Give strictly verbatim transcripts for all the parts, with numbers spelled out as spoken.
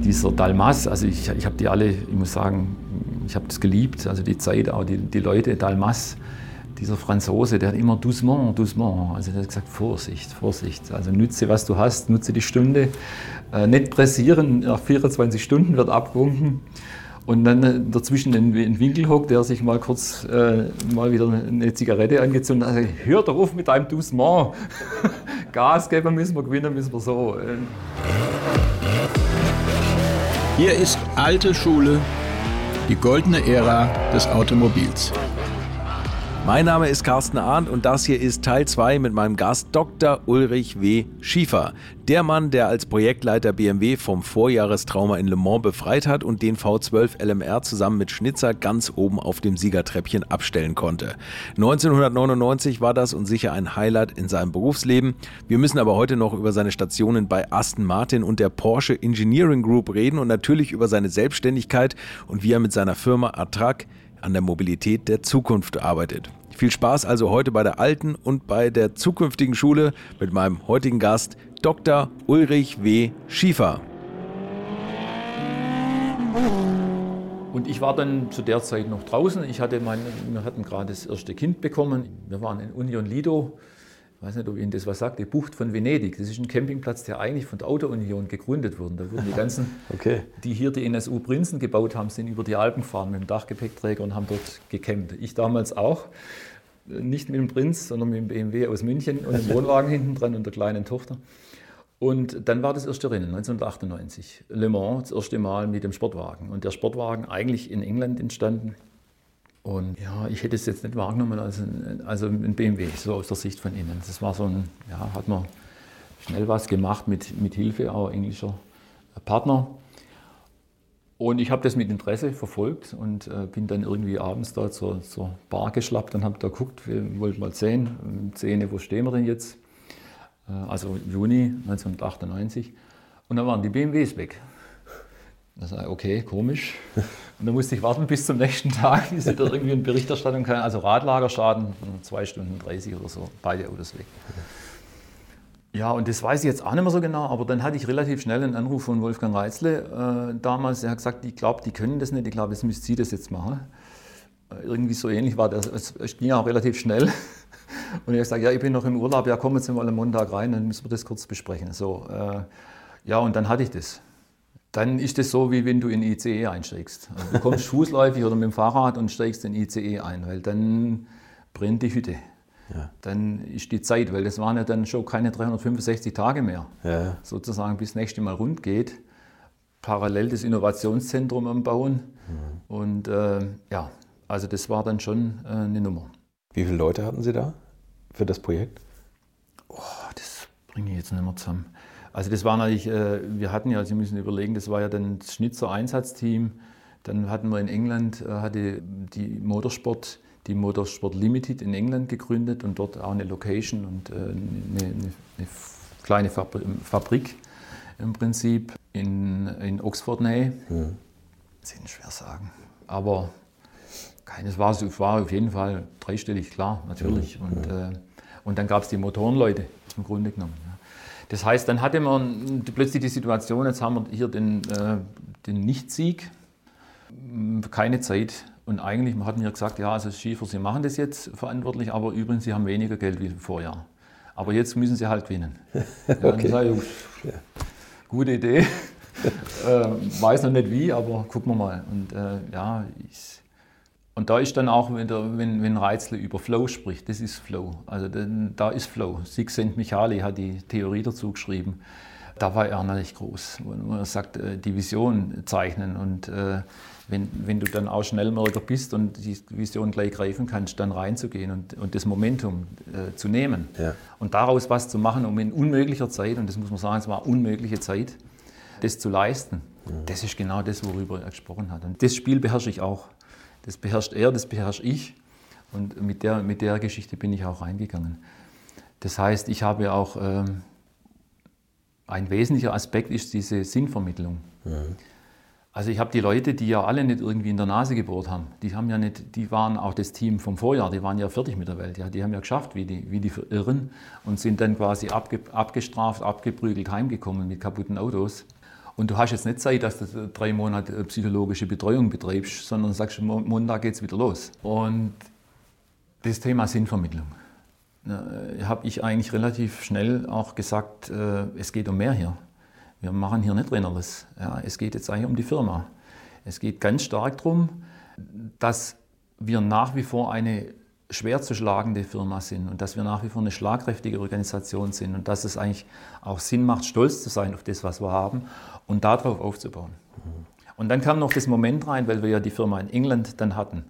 dieser Dalmas, also ich, ich habe die alle, ich muss sagen, ich habe das geliebt, also die Zeit, auch die, die Leute, Dalmas, dieser Franzose, der hat immer doucement, doucement, also der hat gesagt, Vorsicht, Vorsicht, also nütze, was du hast, nutze die Stunde, äh, nicht pressieren, nach vierundzwanzig Stunden wird abgewunken und dann dazwischen ein, ein Winkelhock, der sich mal kurz äh, mal wieder eine Zigarette angezündet hat, also, hör doch auf mit deinem doucement, Gas geben müssen wir, gewinnen müssen wir so. Hier ist alte Schule, die goldene Ära des Automobils. Mein Name ist Carsten Arndt und das hier ist Teil zwei mit meinem Gast Doktor Ulrich W. Schiefer. Der Mann, der als Projektleiter B M W vom Vorjahrestrauma in Le Mans befreit hat und den V zwölf L M R zusammen mit Schnitzer ganz oben auf dem Siegertreppchen abstellen konnte. neunzehnhundertneunundneunzig war das und sicher ein Highlight in seinem Berufsleben. Wir müssen aber heute noch über seine Stationen bei Aston Martin und der Porsche Engineering Group reden und natürlich über seine Selbstständigkeit und wie er mit seiner Firma Attrac an der Mobilität der Zukunft arbeitet. Viel Spaß also heute bei der alten und bei der zukünftigen Schule mit meinem heutigen Gast Doktor Ulrich W. Schiefer. Und ich war dann zu der Zeit noch draußen. Ich hatte mein, wir hatten gerade das erste Kind bekommen. Wir waren in Union Lido. Ich weiß nicht, ob Ihnen das was sagt, die Bucht von Venedig. Das ist ein Campingplatz, der eigentlich von der Auto-Union gegründet wurde. Da wurden die ganzen, okay. die hier die N S U Prinzen gebaut haben, sind über die Alpen gefahren mit dem Dachgepäckträger und haben dort gecampt. Ich damals auch. Nicht mit dem Prinz, sondern mit dem B M W aus München und dem Wohnwagen hinten dran und der kleinen Tochter. Und dann war das erste Rennen, neunzehnhundertachtundneunzig. Le Mans, das erste Mal mit dem Sportwagen. Und der Sportwagen eigentlich in England entstanden. Und ja, ich hätte es jetzt nicht wahrgenommen als ein, also ein B M W, so aus der Sicht von innen. Das war so ein, ja, hat man schnell was gemacht mit, mit Hilfe auch englischer Partner. Und ich habe das mit Interesse verfolgt und äh, bin dann irgendwie abends da zur, zur Bar geschlappt und habe da geguckt, wir wollten mal sehen, Szene, wo stehen wir denn jetzt? Äh, also Juni neunzehnhundertachtundneunzig. Und dann waren die B M Ws weg. Da sage ich, okay, komisch. Und dann musste ich warten bis zum nächsten Tag, bis ich da irgendwie eine Berichterstattung kann. Also Radlagerschaden, zwei Stunden dreißig oder so, beide Autos weg. Ja, und das weiß ich jetzt auch nicht mehr so genau, aber dann hatte ich relativ schnell einen Anruf von Wolfgang Reitzle äh, damals. Der hat gesagt, ich glaube, die können das nicht, ich glaube, jetzt müsst Sie das jetzt machen. Äh, irgendwie so ähnlich war das, es, es ging auch relativ schnell. Und ich habe gesagt, ja, ich bin noch im Urlaub, ja, kommen Sie mal am Montag rein, dann müssen wir das kurz besprechen. So, äh, ja, und dann hatte ich das. Dann ist das so, wie wenn du in den I C E einsteigst. Also du kommst fußläufig oder mit dem Fahrrad und steigst in den I C E ein, weil dann brennt die Hütte. Ja. Dann ist die Zeit, weil das waren ja dann schon keine dreihundertfünfundsechzig Tage mehr, ja. Sozusagen bis das nächste Mal rund geht. Parallel das Innovationszentrum am Bauen. Mhm. Und äh, ja, also das war dann schon äh, eine Nummer. Wie viele Leute hatten Sie da für das Projekt? Oh, das bringe ich jetzt nicht mehr zusammen. Also das war natürlich, äh, wir hatten ja, Sie müssen überlegen, das war ja dann das Schnitzer Einsatzteam. Dann hatten wir in England, äh, hatte die Motorsport, die Motorsport Limited in England gegründet und dort auch eine Location und äh, eine, eine, eine kleine Fabrik im Prinzip in, in Oxford-Nähe. Mhm. Das ist schwer sagen. Aber es war, war auf jeden Fall dreistellig, klar, natürlich. Mhm. Und, äh, und dann gab es die Motorenleute, im Grunde genommen. Ja. Das heißt, dann hatte man plötzlich die Situation, jetzt haben wir hier den, äh, den Nicht-Sieg, keine Zeit. Und eigentlich man hat mir gesagt, ja, also Schiefer, Sie machen das jetzt verantwortlich, aber übrigens, Sie haben weniger Geld wie im Vorjahr. Aber jetzt müssen Sie halt gewinnen. Ja, okay. Dann ich, ja. Gute Idee. äh, weiß noch nicht wie, aber gucken wir mal. Und äh, ja, ich, und da ist dann auch, wenn, der, wenn, wenn Reitzle über Flow spricht, das ist Flow. Also denn, da ist Flow. Csikszentmihalyi hat die Theorie dazu geschrieben. Da war er natürlich groß, wo er sagt, äh, die Vision zeichnen und äh, Wenn, wenn du dann auch Schnellmerker bist und die Vision gleich greifen kannst, dann reinzugehen und, und das Momentum äh, zu nehmen ja. Und daraus was zu machen, um in unmöglicher Zeit, und das muss man sagen, es war unmögliche Zeit, das zu leisten. Ja. Das ist genau das, worüber er gesprochen hat. Und das Spiel beherrsche ich auch. Das beherrscht er, das beherrsche ich. Und mit der, mit der Geschichte bin ich auch reingegangen. Das heißt, ich habe auch, ähm, ein wesentlicher Aspekt ist diese Sinnvermittlung. Ja. Also ich habe die Leute, die ja alle nicht irgendwie in der Nase gebohrt haben, die haben ja nicht, die waren auch das Team vom Vorjahr, die waren ja fertig mit der Welt, ja, die haben ja geschafft, wie die, wie die Irren und sind dann quasi abge, abgestraft, abgeprügelt heimgekommen mit kaputten Autos. Und du hast jetzt nicht Zeit, dass du drei Monate psychologische Betreuung betreibst, sondern sagst, Montag geht es wieder los. Und das Thema Sinnvermittlung. Habe ich eigentlich relativ schnell auch gesagt, äh, es geht um mehr hier. Wir machen hier nicht Rennerles. Ja, es geht jetzt eigentlich um die Firma. Es geht ganz stark darum, dass wir nach wie vor eine schwer zu schlagende Firma sind und dass wir nach wie vor eine schlagkräftige Organisation sind und dass es eigentlich auch Sinn macht, stolz zu sein auf das, was wir haben und darauf aufzubauen. Mhm. Und dann kam noch das Moment rein, weil wir ja die Firma in England dann hatten.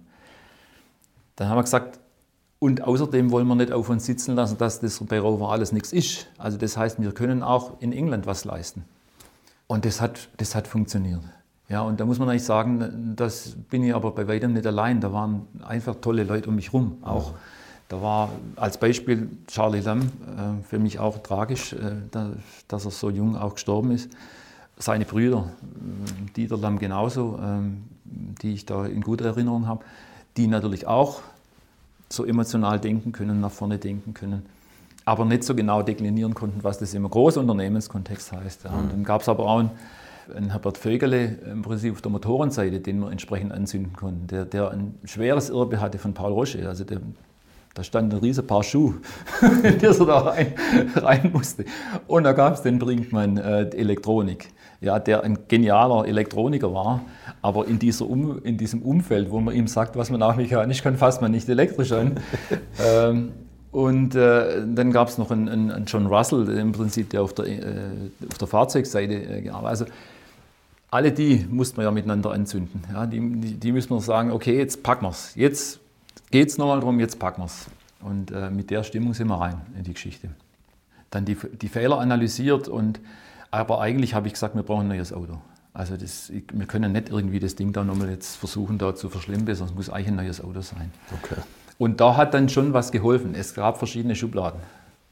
Dann haben wir gesagt, und außerdem wollen wir nicht auf uns sitzen lassen, dass das bei Rover alles nichts ist. Also das heißt, wir können auch in England was leisten. Und das hat, das hat funktioniert. Ja, und da muss man eigentlich sagen, das bin ich aber bei weitem nicht allein. Da waren einfach tolle Leute um mich rum. Auch, da war als Beispiel Charlie Lamm, äh, für mich auch tragisch, äh, da, dass er so jung auch gestorben ist. Seine Brüder, äh, Dieter Lamm genauso, äh, die ich da in guter Erinnerung habe, die natürlich auch so emotional denken können, nach vorne denken können, aber nicht so genau deklinieren konnten, was das im Großunternehmenskontext heißt. Ja. Und dann gab es aber auch einen, einen Herbert Vögele im Prinzip auf der Motorenseite, den wir entsprechend anzünden konnten, der, der ein schweres Erbe hatte von Paul Roche. Also der, da stand ein riesen Paar Schuhe, in der er da rein, rein musste. Und da gab es den Brinkmann äh, Elektronik, ja, der ein genialer Elektroniker war, aber in, dieser um, in diesem Umfeld, wo man ihm sagt, was man auch mechanisch kann, fasst man nicht elektrisch an. ähm, und äh, dann gab es noch einen, einen John Russell, im Prinzip, der auf der, äh, auf der Fahrzeugseite äh, gearbeitet hat. Also alle die mussten wir ja miteinander anzünden. Ja, die, die, die müssen wir sagen, okay, jetzt packen wir es. Jetzt geht es nochmal darum, jetzt packen wir es. Und äh, mit der Stimmung sind wir rein in die Geschichte. Dann die, die Fehler analysiert, und, aber eigentlich habe ich gesagt, wir brauchen ein neues Auto. Also das, wir können nicht irgendwie das Ding da nochmal jetzt versuchen da zu verschlimmbessern, es muss eigentlich ein neues Auto sein. Okay. Und da hat dann schon was geholfen. Es gab verschiedene Schubladen.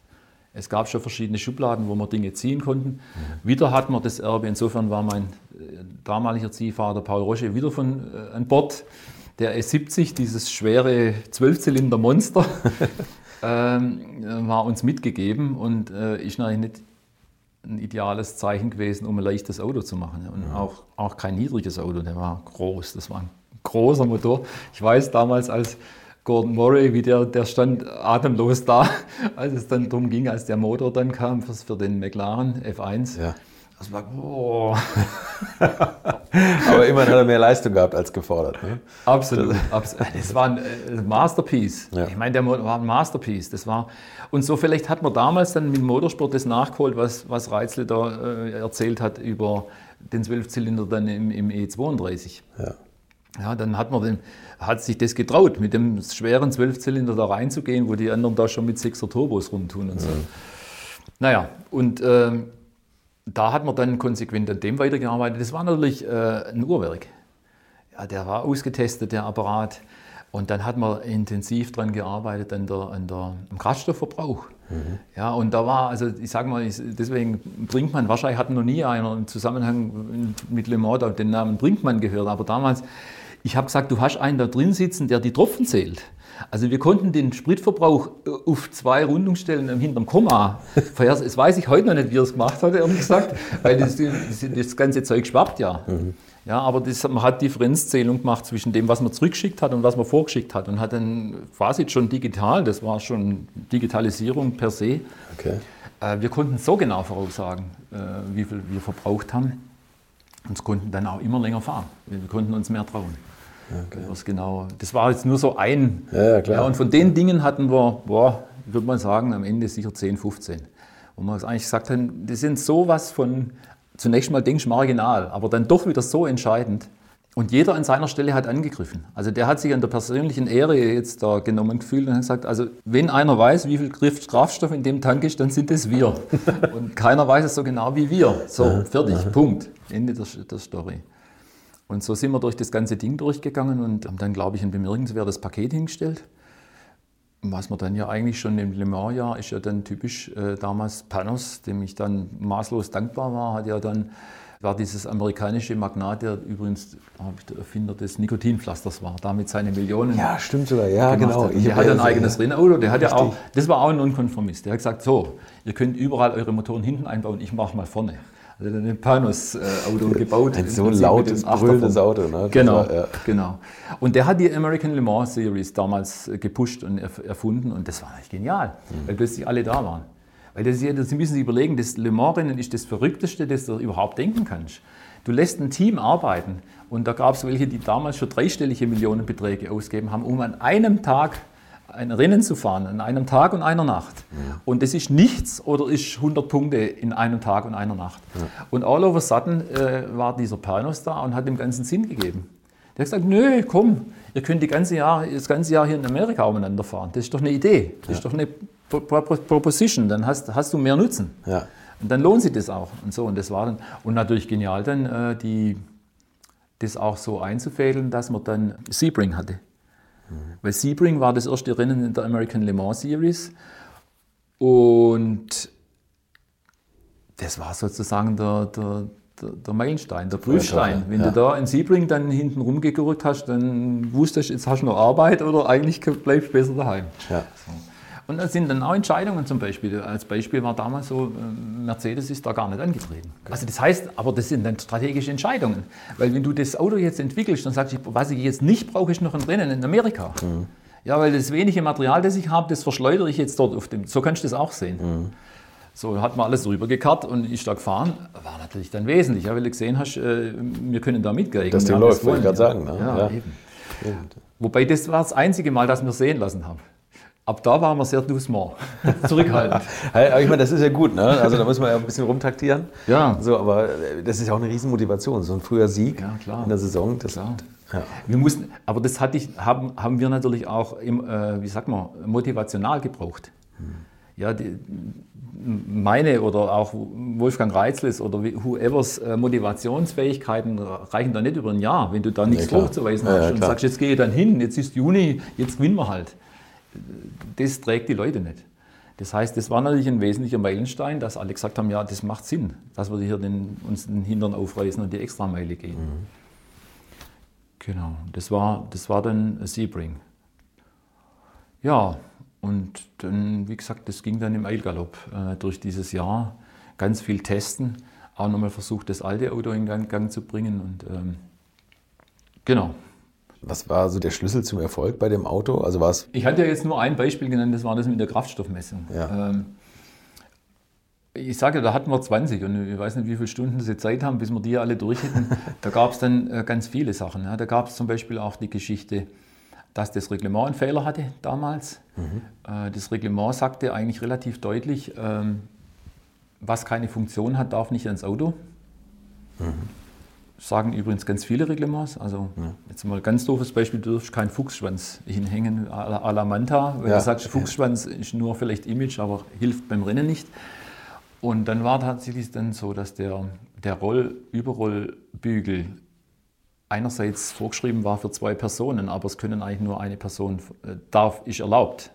Es gab schon verschiedene Schubladen, wo wir Dinge ziehen konnten. Mhm. Wieder hatten wir das Erbe, insofern war mein äh, damaliger Ziehvater Paul Roche wieder von äh, an Bord. Der S siebzig, dieses schwere Zwölfzylinder-Monster, ähm, war uns mitgegeben und äh, ist natürlich nicht ein ideales Zeichen gewesen, um ein leichtes Auto zu machen. Und ja. auch, auch kein niedriges Auto, der war groß, das war ein großer Motor. Ich weiß damals, als Gordon Murray, wie der, der stand atemlos da, als es dann darum ging, als der Motor dann kam für, für den McLaren F eins. Ja. Das war, oh. Aber immerhin hat er mehr Leistung gehabt als gefordert. Ne? Absolut. Das war ein Masterpiece. Ja. Ich meine, der war ein Masterpiece. Das war, und so vielleicht hat man damals dann mit dem Motorsport das nachgeholt, was, was Reitzle da äh, erzählt hat über den Zwölfzylinder dann im, im E zweiunddreißig. Ja. Ja, dann hat man den, hat sich das getraut, mit dem schweren Zwölfzylinder da reinzugehen, wo die anderen da schon mit sechser Turbos rumtun und so. Mhm. Naja, und ähm, da hat man dann konsequent an dem weitergearbeitet. Das war natürlich äh, ein Uhrwerk. Ja, der war ausgetestet, der Apparat. Und dann hat man intensiv daran gearbeitet an der, an der, am Kraftstoffverbrauch. Mhm. Ja, und da war, also ich sage mal, deswegen Brinkmann, wahrscheinlich hat noch nie einer im Zusammenhang mit Le Mans den Namen Brinkmann gehört. Aber damals, ich habe gesagt, du hast einen da drin sitzen, der die Tropfen zählt. Also wir konnten den Spritverbrauch auf zwei Rundungsstellen hinterm Komma verhärten. Das weiß ich heute noch nicht, wie er es gemacht hat, ehrlich gesagt, weil das, das, das ganze Zeug schwappt ja. Mhm. Ja, aber das, man hat Differenzzählung gemacht zwischen dem, was man zurückgeschickt hat und was man vorgeschickt hat, und hat dann quasi schon digital, das war schon Digitalisierung per se. Okay. Äh, wir konnten so genau voraussagen, äh, wie viel wir verbraucht haben, und konnten dann auch immer länger fahren. Wir konnten uns mehr trauen. Okay. Das, genau, das war jetzt nur so ein. Ja, ja, klar. Ja, und von den Dingen hatten wir, boah, würde man sagen, am Ende sicher zehn, fünfzehn. Wo wir eigentlich gesagt haben, die sind sowas von, zunächst mal denkst du marginal, aber dann doch wieder so entscheidend. Und jeder an seiner Stelle hat angegriffen. Also der hat sich an der persönlichen Ehre jetzt da genommen gefühlt und hat gesagt, also wenn einer weiß, wie viel Kraftstoff in dem Tank ist, dann sind es wir. Und keiner weiß es so genau wie wir. So, fertig, Punkt. Ende der, der Story. Und so sind wir durch das ganze Ding durchgegangen und haben dann, glaube ich, ein bemerkenswertes Paket hingestellt. Was man dann ja eigentlich schon im Le Mans-Jahr ist ja dann typisch äh, damals Panos, dem ich dann maßlos dankbar war, hat ja dann, war dieses amerikanische Magnat, der übrigens der Erfinder des Nikotinpflasters war, damit seine Millionen. Ja, stimmt sogar, ja, genau. Hat. Der hat ja ein eigenes Rennauto, der hat ja auch, das war auch ein Nonkonformist. Der hat gesagt, so, ihr könnt überall eure Motoren hinten einbauen, ich mache mal vorne. Also ein Panos-Auto gebaut. Ein so lautes, brüllendes Auto. Ne? Genau, war, ja. genau. Und der hat die American Le Mans Series damals gepusht und erfunden und das war eigentlich genial, mhm. weil plötzlich alle da waren. Weil das, Sie müssen sich überlegen, das Le Mans-Rennen ist das Verrückteste, das du überhaupt denken kannst. Du lässt ein Team arbeiten und da gab es welche, die damals schon dreistellige Millionenbeträge ausgegeben haben, um an einem Tag ein Rennen zu fahren, an einem Tag und einer Nacht. Ja. Und das ist nichts oder ist hundert Punkte in einem Tag und einer Nacht. Ja. Und all of a sudden äh, war dieser Panos da und hat dem Ganzen Sinn gegeben. Der hat gesagt, nö, komm, ihr könnt die ganze Jahr, das ganze Jahr hier in Amerika umeinander fahren. Das ist doch eine Idee, das ja. ist doch eine Proposition, dann hast, hast du mehr Nutzen. Ja. Und dann lohnt sich das auch. Und so, und das war dann, und natürlich genial dann, äh, die, das auch so einzufädeln, dass man dann Sebring hatte. Weil Sebring war das erste Rennen in der American Le Mans Series und das war sozusagen der, der, der, der Meilenstein, der Prüfstein. Wenn ja. du da in Sebring dann hinten rumgegerückt hast, dann wusstest du, jetzt hast du noch Arbeit oder eigentlich bleibst du besser daheim. Ja. So. Und das sind dann auch Entscheidungen zum Beispiel. Als Beispiel war damals so, Mercedes ist da gar nicht angetreten. Also das heißt, aber das sind dann strategische Entscheidungen. Weil wenn du das Auto jetzt entwickelst, dann sagst du, was ich jetzt nicht brauche, ist noch ein Rennen in Amerika. Mhm. Ja, weil das wenige Material, das ich habe, das verschleudere ich jetzt dort auf dem. So kannst du das auch sehen. Mhm. So hat man alles rübergekarrt und ist da gefahren. War natürlich dann wesentlich, ja, weil du gesehen hast, wir können da mitgehen. Das Ding läuft, wollte ich gerade sagen. Ne? Ja, ja. Eben. Eben. Wobei das war das einzige Mal, dass wir sehen lassen haben. Ab da waren wir sehr doucement, zurückhaltend. Aber ich meine, das ist ja gut, ne? Also da muss man ja ein bisschen rumtaktieren. Ja. So, aber das ist ja auch eine Riesenmotivation, so ein früher Sieg ja, klar. in der Saison. Das, klar. Ja. Wir mussten, aber das hatte ich, haben, haben wir natürlich auch, im, äh, wie sagt man, motivational gebraucht. Hm. Ja, die, meine oder auch Wolfgang Reitzles oder whoever's äh, Motivationsfähigkeiten reichen da nicht über ein Jahr, wenn du da nichts ja, vorzuweisen hast ja, ja, und sagst, jetzt gehe ich dann hin, jetzt ist Juni, jetzt gewinnen wir halt. Das trägt die Leute nicht. Das heißt, das war natürlich ein wesentlicher Meilenstein, dass alle gesagt haben, ja, das macht Sinn, dass wir hier den, uns den Hintern aufreißen und die Extrameile gehen. Mhm. Genau, das war, das war dann Sebring. Ja, und dann, wie gesagt, das ging dann im Eilgalopp äh, durch dieses Jahr. Ganz viel testen, auch nochmal versucht, das alte Auto in Gang, Gang zu bringen. Und ähm, genau. Was war so der Schlüssel zum Erfolg bei dem Auto? Also war's ich hatte ja jetzt nur ein Beispiel genannt, das war das mit der Kraftstoffmessung. Ja. Ähm, ich sage, da hatten wir zwanzig und ich weiß nicht, wie viele Stunden sie Zeit haben, bis wir die alle durch hätten. Da gab es dann äh, ganz viele Sachen. Ja. Da gab es zum Beispiel auch die Geschichte, dass das Reglement einen Fehler hatte damals. Mhm. Äh, das Reglement sagte eigentlich relativ deutlich, ähm, was keine Funktion hat, darf nicht ans Auto. Mhm. Sagen übrigens ganz viele Reglements. Also ja. Jetzt mal ein ganz doofes Beispiel, du darfst keinen Fuchsschwanz hinhängen à la Manta. Wenn ja. du sagst, Fuchsschwanz ist nur vielleicht Image, aber hilft beim Rennen nicht. Und dann war tatsächlich dann so, dass der, der Roll, Überrollbügel einerseits vorgeschrieben war für zwei Personen, aber es können eigentlich nur eine Person, äh, darf, ist erlaubt.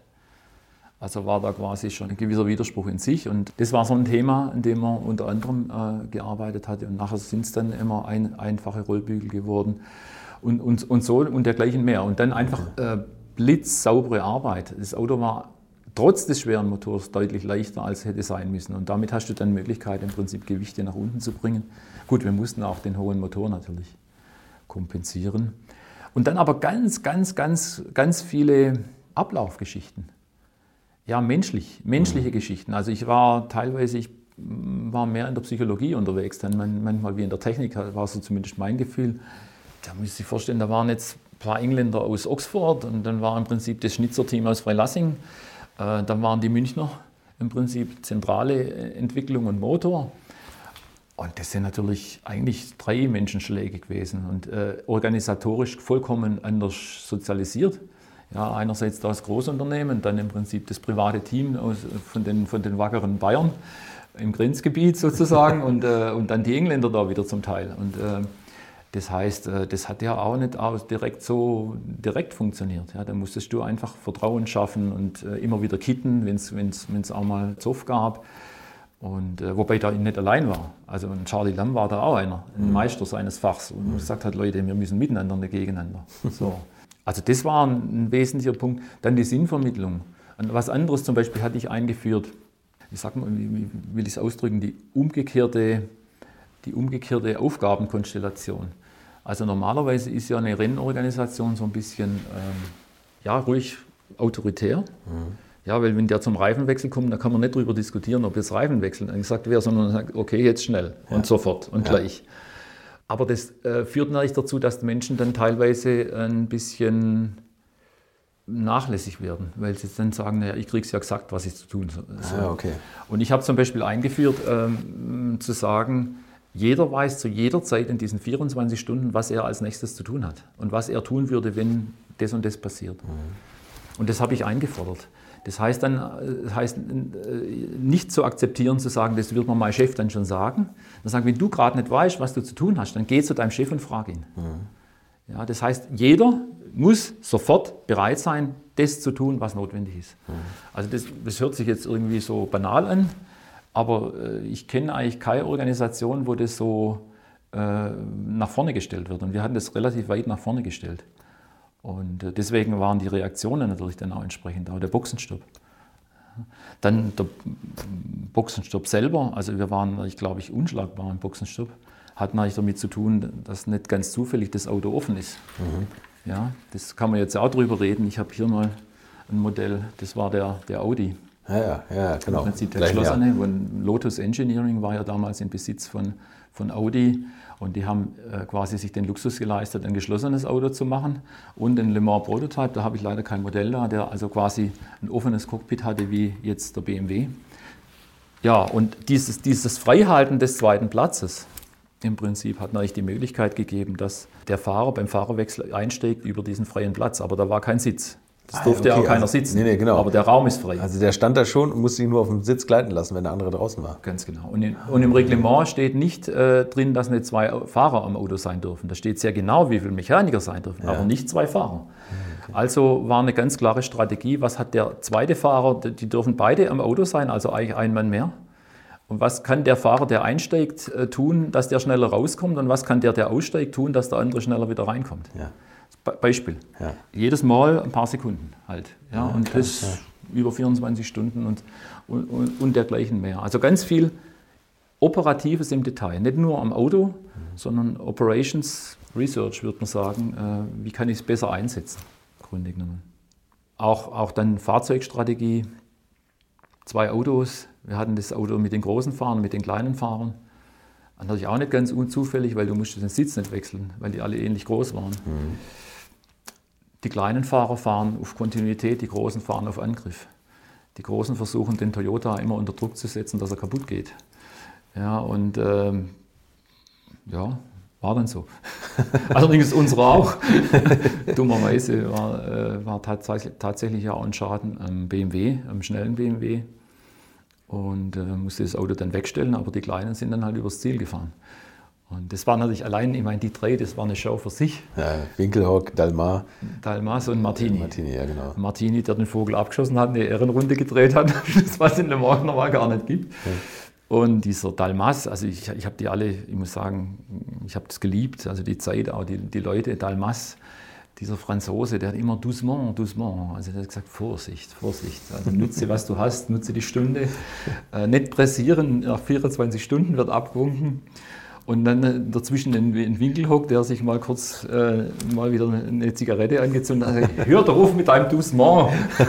Also war da quasi schon ein gewisser Widerspruch in sich. Und das war so ein Thema, an dem man unter anderem äh, gearbeitet hatte. Und nachher sind es dann immer ein, einfache Rollbügel geworden und, und, und so und dergleichen mehr. Und dann einfach äh, blitzsaubere Arbeit. Das Auto war trotz des schweren Motors deutlich leichter, als es hätte sein müssen. Und damit hast du dann Möglichkeit, im Prinzip Gewichte nach unten zu bringen. Gut, wir mussten auch den hohen Motor natürlich kompensieren. Und dann aber ganz, ganz, ganz, ganz viele Ablaufgeschichten. Ja, menschlich, menschliche mhm. Geschichten. Also ich war teilweise, ich war mehr in der Psychologie unterwegs, dann manchmal wie in der Technik, war so zumindest mein Gefühl. Da muss ich sich vorstellen, da waren jetzt ein paar Engländer aus Oxford und dann war im Prinzip das Schnitzerteam aus Freilassing. Äh, dann waren die Münchner im Prinzip zentrale Entwicklung und Motor. Und das sind natürlich eigentlich drei Menschenschläge gewesen und äh, organisatorisch vollkommen anders sozialisiert. Ja, einerseits das Großunternehmen, dann im Prinzip das private Team aus, von, den, von den wackeren Bayern im Grenzgebiet sozusagen und, äh, und dann die Engländer da wieder zum Teil. Und äh, das heißt, äh, das hat ja auch nicht auch direkt so direkt funktioniert. Ja, da musstest du einfach Vertrauen schaffen und äh, immer wieder kitten, wenn es auch mal Zoff gab. Und, äh, wobei da nicht allein war. Also ein Charlie Lamb war da auch einer, ein mhm. Meister seines Fachs und mhm. gesagt hat, Leute, wir müssen miteinander, nicht gegeneinander. So. Also das war ein wesentlicher Punkt. Dann die Sinnvermittlung. Und was anderes zum Beispiel hatte ich eingeführt, ich sag mal, wie will ich es ausdrücken, die umgekehrte die umgekehrte Aufgabenkonstellation. Also normalerweise ist ja eine Rennorganisation so ein bisschen ähm, ja, ruhig autoritär. Mhm. Ja, weil wenn der zum Reifenwechsel kommt, dann kann man nicht darüber diskutieren, ob jetzt Reifenwechsel gesagt wäre, sondern sagt, okay, jetzt schnell ja. und sofort und ja. gleich. Aber das äh, führt natürlich dazu, dass die Menschen dann teilweise ein bisschen nachlässig werden, weil sie dann sagen, naja, ich kriege es ja gesagt, was ich zu tun soll. Ah, okay. Und ich habe zum Beispiel eingeführt, ähm, zu sagen, jeder weiß zu jeder Zeit in diesen vierundzwanzig Stunden, was er als nächstes zu tun hat und was er tun würde, wenn das und das passiert. Mhm. Und das habe ich eingefordert. Das heißt dann, das heißt nicht zu akzeptieren, zu sagen, das wird mir mein Chef dann schon sagen. Dann sagen, wenn du gerade nicht weißt, was du zu tun hast, dann geh zu deinem Chef und frag ihn. Mhm. Ja, das heißt, jeder muss sofort bereit sein, das zu tun, was notwendig ist. Mhm. Also das, das hört sich jetzt irgendwie so banal an, aber äh, ich kenne eigentlich keine Organisation, wo das so äh, nach vorne gestellt wird. Und wir hatten das relativ weit nach vorne gestellt. Und deswegen waren die Reaktionen natürlich dann auch entsprechend, auch der Boxenstopp. Dann der Boxenstopp selber, also wir waren, ich glaube ich, unschlagbar im Boxenstopp, hat natürlich damit zu tun, dass nicht ganz zufällig das Auto offen ist. Mhm. Ja, das kann man jetzt auch drüber reden. Ich habe hier mal ein Modell, das war der, der Audi. Ja, ja, ja, genau. Im Prinzip der geschlossene, Lotus Engineering war ja damals im Besitz von, von Audi. Und die haben äh, quasi sich den Luxus geleistet, ein geschlossenes Auto zu machen und ein Le Mans Prototype, da habe ich leider kein Modell da, der also quasi ein offenes Cockpit hatte wie jetzt der B M W. Ja, und dieses, dieses Freihalten des zweiten Platzes im Prinzip hat natürlich die Möglichkeit gegeben, dass der Fahrer beim Fahrerwechsel einsteigt über diesen freien Platz, aber da war kein Sitz. Das durfte ja ah, okay, auch keiner also, sitzen, nee, nee, genau. aber der Raum ist frei. Also der stand da schon und musste sich nur auf dem Sitz gleiten lassen, wenn der andere draußen war. Ganz genau. Und, in, und im Reglement steht nicht äh, drin, dass nicht zwei Fahrer am Auto sein dürfen. Da steht sehr genau, wie viele Mechaniker sein dürfen, ja. aber nicht zwei Fahrer. Okay. Also war eine ganz klare Strategie, was hat der zweite Fahrer, die dürfen beide am Auto sein, also eigentlich ein Mann mehr. Und was kann der Fahrer, der einsteigt, äh, tun, dass der schneller rauskommt und was kann der, der aussteigt, tun, dass der andere schneller wieder reinkommt. Ja. Beispiel. Ja. Jedes Mal ein paar Sekunden halt. Ja, ja, und klar, das ja. über vierundzwanzig Stunden und, und, und, und dergleichen mehr. Also ganz viel Operatives im Detail. Nicht nur am Auto, mhm. sondern Operations Research, würde man sagen. Äh, wie kann ich es besser einsetzen? Im Grunde genommen. Auch, auch dann Fahrzeugstrategie. Zwei Autos. Wir hatten das Auto mit den großen Fahrern, mit den kleinen Fahrern. Natürlich auch nicht ganz unzufällig, weil du musst den Sitz nicht wechseln, weil die alle ähnlich groß waren. Mhm. Die kleinen Fahrer fahren auf Kontinuität, die Großen fahren auf Angriff. Die Großen versuchen, den Toyota immer unter Druck zu setzen, dass er kaputt geht. Ja, und ähm, ja, war dann so. Allerdings unserer auch. Dummerweise war, äh, war tatsächlich, tatsächlich ja auch ein Schaden am B M W, am schnellen B M W. Und äh, musste das Auto dann wegstellen, aber die Kleinen sind dann halt übers Ziel gefahren. Und das war natürlich allein, ich meine, die drei, das war eine Show für sich. Ja, Winkelhock, Dalmar. Dalmas und Martini. Martini, ja genau. Martini, der den Vogel abgeschossen hat, eine Ehrenrunde gedreht hat, das was es in Le Mans normal gar nicht gibt. Ja. Und dieser Dalmas, also ich, ich habe die alle, ich muss sagen, ich habe das geliebt, also die Zeit, auch die, die Leute, Dalmas, dieser Franzose, der hat immer doucement, doucement, also der hat gesagt, Vorsicht, Vorsicht, also nutze, was du hast, nutze die Stunde, äh, nicht pressieren, nach vierundzwanzig Stunden wird abgewunken. Und dann äh, dazwischen ein, ein Winkelhock, der sich mal kurz äh, mal wieder eine Zigarette angezündet hat. Also, hör doch auf mit deinem Doucement.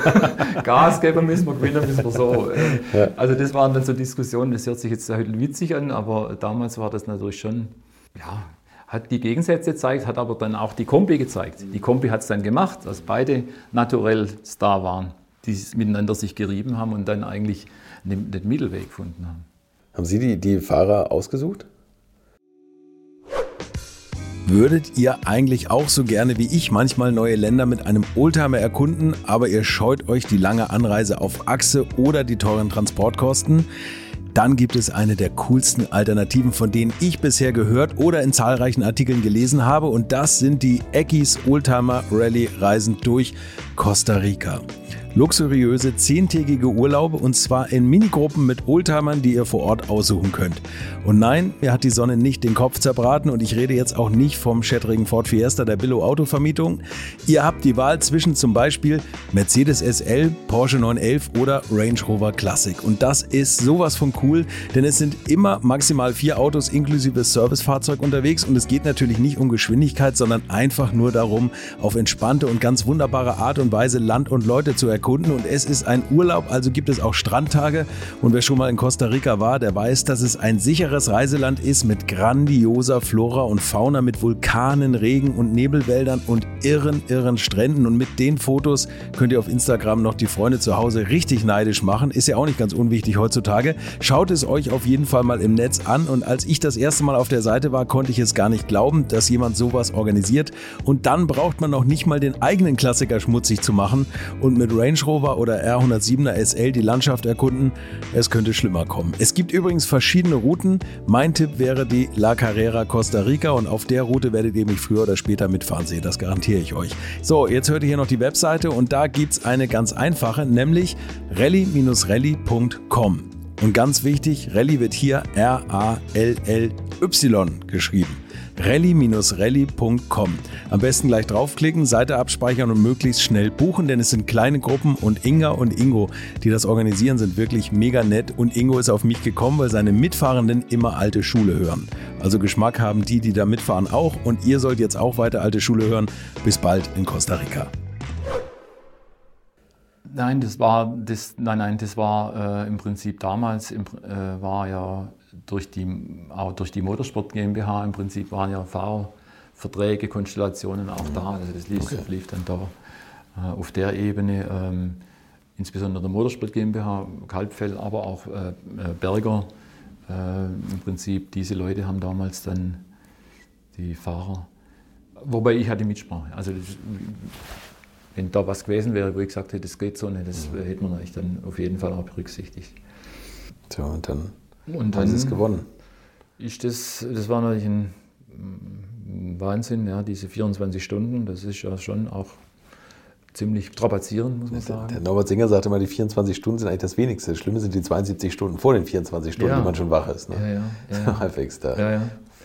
Gas geben müssen wir, gewinnen müssen wir so. Ja. Also das waren dann so Diskussionen, das hört sich jetzt heute witzig an, aber damals war das natürlich schon, ja, hat die Gegensätze gezeigt, hat aber dann auch die Kombi gezeigt. Die Kombi hat es dann gemacht, dass beide naturell Star waren, die miteinander sich gerieben haben und dann eigentlich den, den Mittelweg gefunden haben. Haben Sie die, die Fahrer ausgesucht? Würdet ihr eigentlich auch so gerne wie ich manchmal neue Länder mit einem Oldtimer erkunden, aber ihr scheut euch die lange Anreise auf Achse oder die teuren Transportkosten? Dann gibt es eine der coolsten Alternativen, von denen ich bisher gehört oder in zahlreichen Artikeln gelesen habe, und das sind die Eckis Oldtimer Rallye Reisen durch Costa Rica. Luxuriöse zehntägige Urlaube, und zwar in Minigruppen mit Oldtimern, die ihr vor Ort aussuchen könnt. Und nein, mir hat die Sonne nicht den Kopf zerbraten, und ich rede jetzt auch nicht vom schättrigen Ford Fiesta der Billo-Autovermietung. Ihr habt die Wahl zwischen zum Beispiel Mercedes S L, Porsche neun elf oder Range Rover Classic. Und das ist sowas von cool, denn es sind immer maximal vier Autos inklusive Servicefahrzeug unterwegs und es geht natürlich nicht um Geschwindigkeit, sondern einfach nur darum, auf entspannte und ganz wunderbare Art und Weise Land und Leute zu erkunden. Und es ist ein Urlaub, also gibt es auch Strandtage. Und wer schon mal in Costa Rica war, der weiß, dass es ein sicheres Reiseland ist mit grandioser Flora und Fauna, mit Vulkanen, Regen- und Nebelwäldern und irren, irren Stränden. Und mit den Fotos könnt ihr auf Instagram noch die Freunde zu Hause richtig neidisch machen. Ist ja auch nicht ganz unwichtig heutzutage. Schaut es euch auf jeden Fall mal im Netz an. Und als ich das erste Mal auf der Seite war, konnte ich es gar nicht glauben, dass jemand sowas organisiert. Und dann braucht man noch nicht mal den eigenen Klassiker schmutzig zu machen und mit Range Rover oder R hundertsiebener S L die Landschaft erkunden. Es könnte schlimmer kommen. Es gibt übrigens verschiedene Routen. Mein Tipp wäre die La Carrera Costa Rica und auf der Route werdet ihr mich früher oder später mitfahren sehen. Das garantiere ich euch. So, jetzt hört ihr hier noch die Webseite und da gibt es eine ganz einfache, nämlich rally Bindestrich rally Punkt com. Und ganz wichtig, Rally wird hier R A L L Y geschrieben. rally Bindestrich rally Punkt com. Am besten gleich draufklicken, Seite abspeichern und möglichst schnell buchen, denn es sind kleine Gruppen und Inga und Ingo, die das organisieren, sind wirklich mega nett und Ingo ist auf mich gekommen, weil seine Mitfahrenden immer alte Schule hören. Also Geschmack haben die, die da mitfahren auch und ihr sollt jetzt auch weiter alte Schule hören. Bis bald in Costa Rica. Nein, das war, das, nein, nein, das war äh, im Prinzip damals, im, äh, war ja durch die, auch durch die Motorsport GmbH im Prinzip waren ja Fahrerverträge, Konstellationen auch da. Also das lief, okay. lief dann da äh, auf der Ebene, ähm, insbesondere der Motorsport GmbH, Kalbfell, aber auch äh, Berger. Äh, Im Prinzip diese Leute haben damals dann die Fahrer, wobei ich hatte Mitsprache. Also das, wenn da was gewesen wäre, wo ich gesagt hätte, das geht so nicht, das mhm. hätte man eigentlich dann auf jeden Fall auch berücksichtigt. Tja, und dann, und dann haben sie es gewonnen. Ist das, das war natürlich ein Wahnsinn, ja, diese vierundzwanzig Stunden, das ist ja schon auch ziemlich strapazierend, muss man der, sagen. Der Norbert Singer sagte mal, die vierundzwanzig Stunden sind eigentlich das Wenigste. Das Schlimme sind die zweiundsiebzig Stunden vor den vierundzwanzig Stunden, ja. die man schon wach ist. Ne? Ja, ja. ja, ja. Halbwegs da. Ja, ja.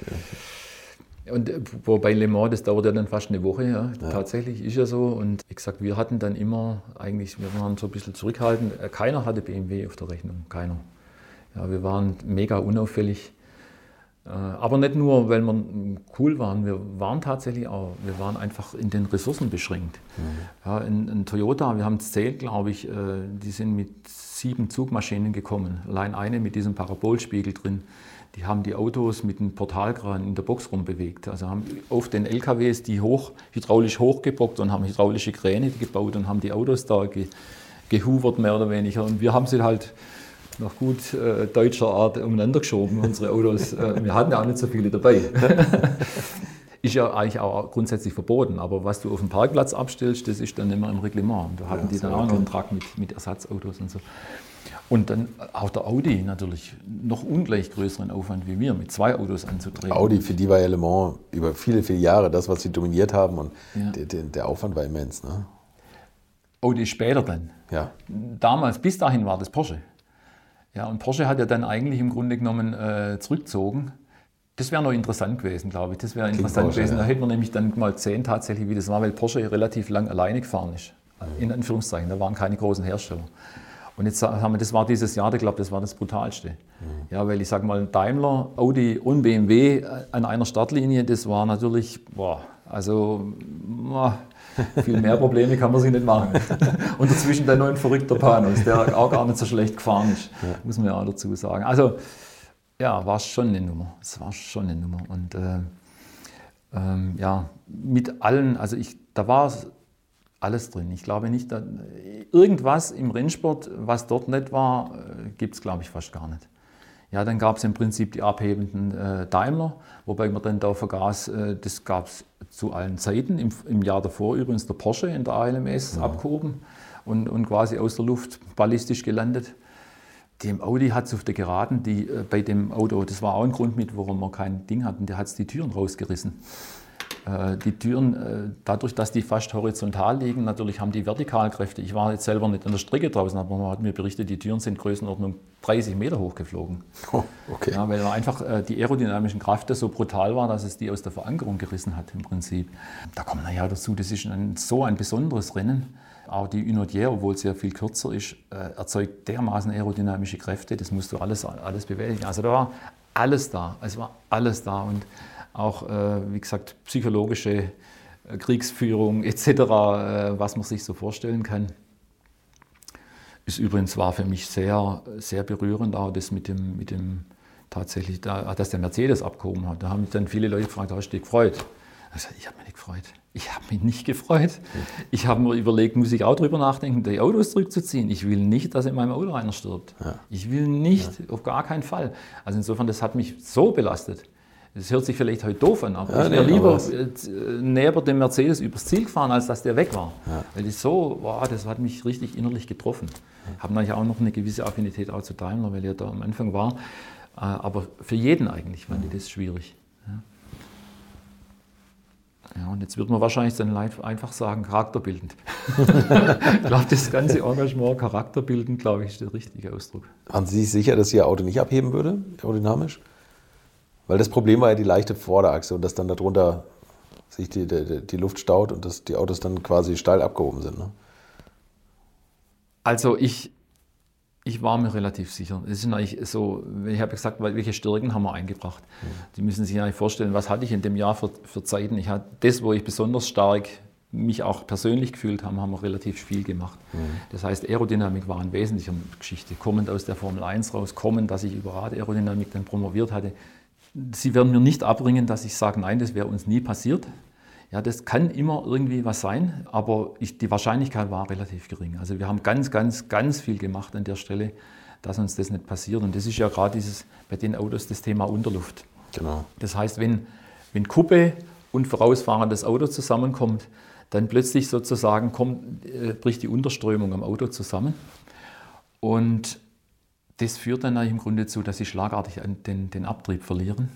Und bei Le Mans, das dauert ja dann fast eine Woche, ja. ja. Tatsächlich ist ja so. Und wie gesagt, wir hatten dann immer, eigentlich, wir waren so ein bisschen zurückhaltend. Keiner hatte B M W auf der Rechnung, keiner. Ja, wir waren mega unauffällig. Aber nicht nur, weil wir cool waren, wir waren tatsächlich auch, wir waren einfach in den Ressourcen beschränkt. Mhm. Ja, in, in Toyota, wir haben es zählt, glaube ich, die sind mit sieben Zugmaschinen gekommen. Allein eine mit diesem Parabolspiegel drin. Die haben die Autos mit einem Portalkran in der Box rumbewegt. Also haben auf den L K Ws die hoch, hydraulisch hochgebockt und haben hydraulische Kräne gebaut und haben die Autos da ge, gehuvert, mehr oder weniger. Und wir haben sie halt nach gut äh, deutscher Art umeinander geschoben, unsere Autos. Äh, wir hatten ja auch nicht so viele dabei. Ist ja eigentlich auch grundsätzlich verboten, aber was du auf dem Parkplatz abstellst, das ist dann nicht mehr im Reglement. Da hatten ja, die dann auch noch einen Truck mit, mit Ersatzautos und so. Und dann auch der Audi natürlich noch ungleich größeren Aufwand wie wir, mit zwei Autos anzutreten. Audi, für die war ja Le Mans über viele, viele Jahre das, was sie dominiert haben und ja. der, der, der Aufwand war immens. Ne? Audi später dann. Ja. Damals, bis dahin war das Porsche. Ja, und Porsche hat ja dann eigentlich im Grunde genommen äh, zurückgezogen. Das wäre noch interessant gewesen, glaube ich. Das wäre interessant Porsche, gewesen. Ja. Da hätten wir nämlich dann mal gesehen, tatsächlich, wie das war, weil Porsche relativ lang alleine gefahren ist. Mhm. In Anführungszeichen, da waren keine großen Hersteller. Und jetzt haben wir, das war dieses Jahr, ich glaube, das war das Brutalste. Mhm. Ja, weil ich sage mal, Daimler, Audi und B M W an einer Startlinie, das war natürlich, boah, also boah, viel mehr Probleme kann man sich nicht machen. Und dazwischen dann noch ein verrückter Panos, der auch gar nicht so schlecht gefahren ist, ja. muss man ja auch dazu sagen. Also ja, war schon eine Nummer. Es war schon eine Nummer. Und äh, ähm, ja, mit allen, also ich, da war alles drin. Ich glaube nicht, dass, irgendwas im Rennsport, was dort nicht war, gibt es, glaube ich, fast gar nicht. Ja, dann gab es im Prinzip die abhebenden äh, Daimler, wobei man dann da vergaß, äh, das gab es zu allen Zeiten. Im, Im Jahr davor übrigens der Porsche in der A L M S ja. abgehoben und, und quasi aus der Luft ballistisch gelandet. Dem Audi hat es auf der Geraden, die, äh, bei dem Auto, das war auch ein Grund mit, warum wir kein Ding hatten, der hat die Türen rausgerissen. Die Türen, dadurch, dass die fast horizontal liegen, natürlich haben die Vertikalkräfte. Ich war jetzt selber nicht an der Strecke draußen, aber man hat mir berichtet, die Türen sind Größenordnung dreißig Meter hoch geflogen. Oh, okay. Ja, weil einfach die aerodynamischen Kräfte so brutal war, dass es die aus der Verankerung gerissen hat im Prinzip. Da kommt man ja dazu, das ist ein, so ein besonderes Rennen. Auch die Unodier, obwohl es sehr viel kürzer ist, erzeugt dermaßen aerodynamische Kräfte, das musst du alles, alles bewältigen. Also da war alles da, es war alles da. Und auch, äh, wie gesagt, psychologische äh, Kriegsführung et cetera, äh, was man sich so vorstellen kann. Ist übrigens war für mich sehr, sehr berührend, auch das mit dem, mit dem tatsächlich, da, dass der Mercedes abgehoben hat. Da haben mich dann viele Leute gefragt, hast du dich gefreut? Ich habe mich nicht gefreut. Ich habe mich nicht gefreut. Ich habe mir überlegt, muss ich auch drüber nachdenken, die Autos zurückzuziehen. Ich will nicht, dass in meinem Auto einer stirbt. Ja. Ich will nicht, ja. auf gar keinen Fall. Also insofern, das hat mich so belastet. Das hört sich vielleicht heute doof an, aber ja, ich wäre nee, lieber näher dem Mercedes übers Ziel gefahren, als dass der weg war. Ja. Weil das so, wow, das hat mich richtig innerlich getroffen. Ich habe natürlich auch noch eine gewisse Affinität auch zu Daimler, weil er da am Anfang war. Aber für jeden eigentlich fand ich das schwierig. Ja. Ja, und jetzt wird man wahrscheinlich dann einfach sagen, charakterbildend. Ich glaube, das ganze Engagement charakterbildend, glaube ich, ist der richtige Ausdruck. Waren Sie sich sicher, dass Ihr Auto nicht abheben würde, aerodynamisch? Weil das Problem war ja die leichte Vorderachse und dass dann darunter sich die, die, die Luft staut und dass die Autos dann quasi steil abgehoben sind. Ne? Also ich, ich war mir relativ sicher. Es ist eigentlich so, ich habe gesagt, welche Stärken haben wir eingebracht. Mhm. Die müssen sich eigentlich vorstellen, was hatte ich in dem Jahr für, für Zeiten. Ich hatte das, wo ich besonders stark mich auch persönlich gefühlt habe, haben wir relativ viel gemacht. Mhm. Das heißt, Aerodynamik war eine wesentliche Geschichte. Kommend aus der Formel eins raus, kommend, dass ich über Radaerodynamik dann promoviert hatte. Sie werden mir nicht abbringen, dass ich sage, nein, das wäre uns nie passiert. Ja, das kann immer irgendwie was sein, aber ich, die Wahrscheinlichkeit war relativ gering. Also wir haben ganz, ganz, ganz viel gemacht an der Stelle, dass uns das nicht passiert. Und das ist ja gerade dieses bei den Autos das Thema Unterluft. Genau. Das heißt, wenn, wenn Kuppe und vorausfahrendes Auto zusammenkommt, dann plötzlich sozusagen kommt, äh, bricht die Unterströmung am Auto zusammen. Und das führt dann im Grunde dazu, dass sie schlagartig den, den Abtrieb verlieren.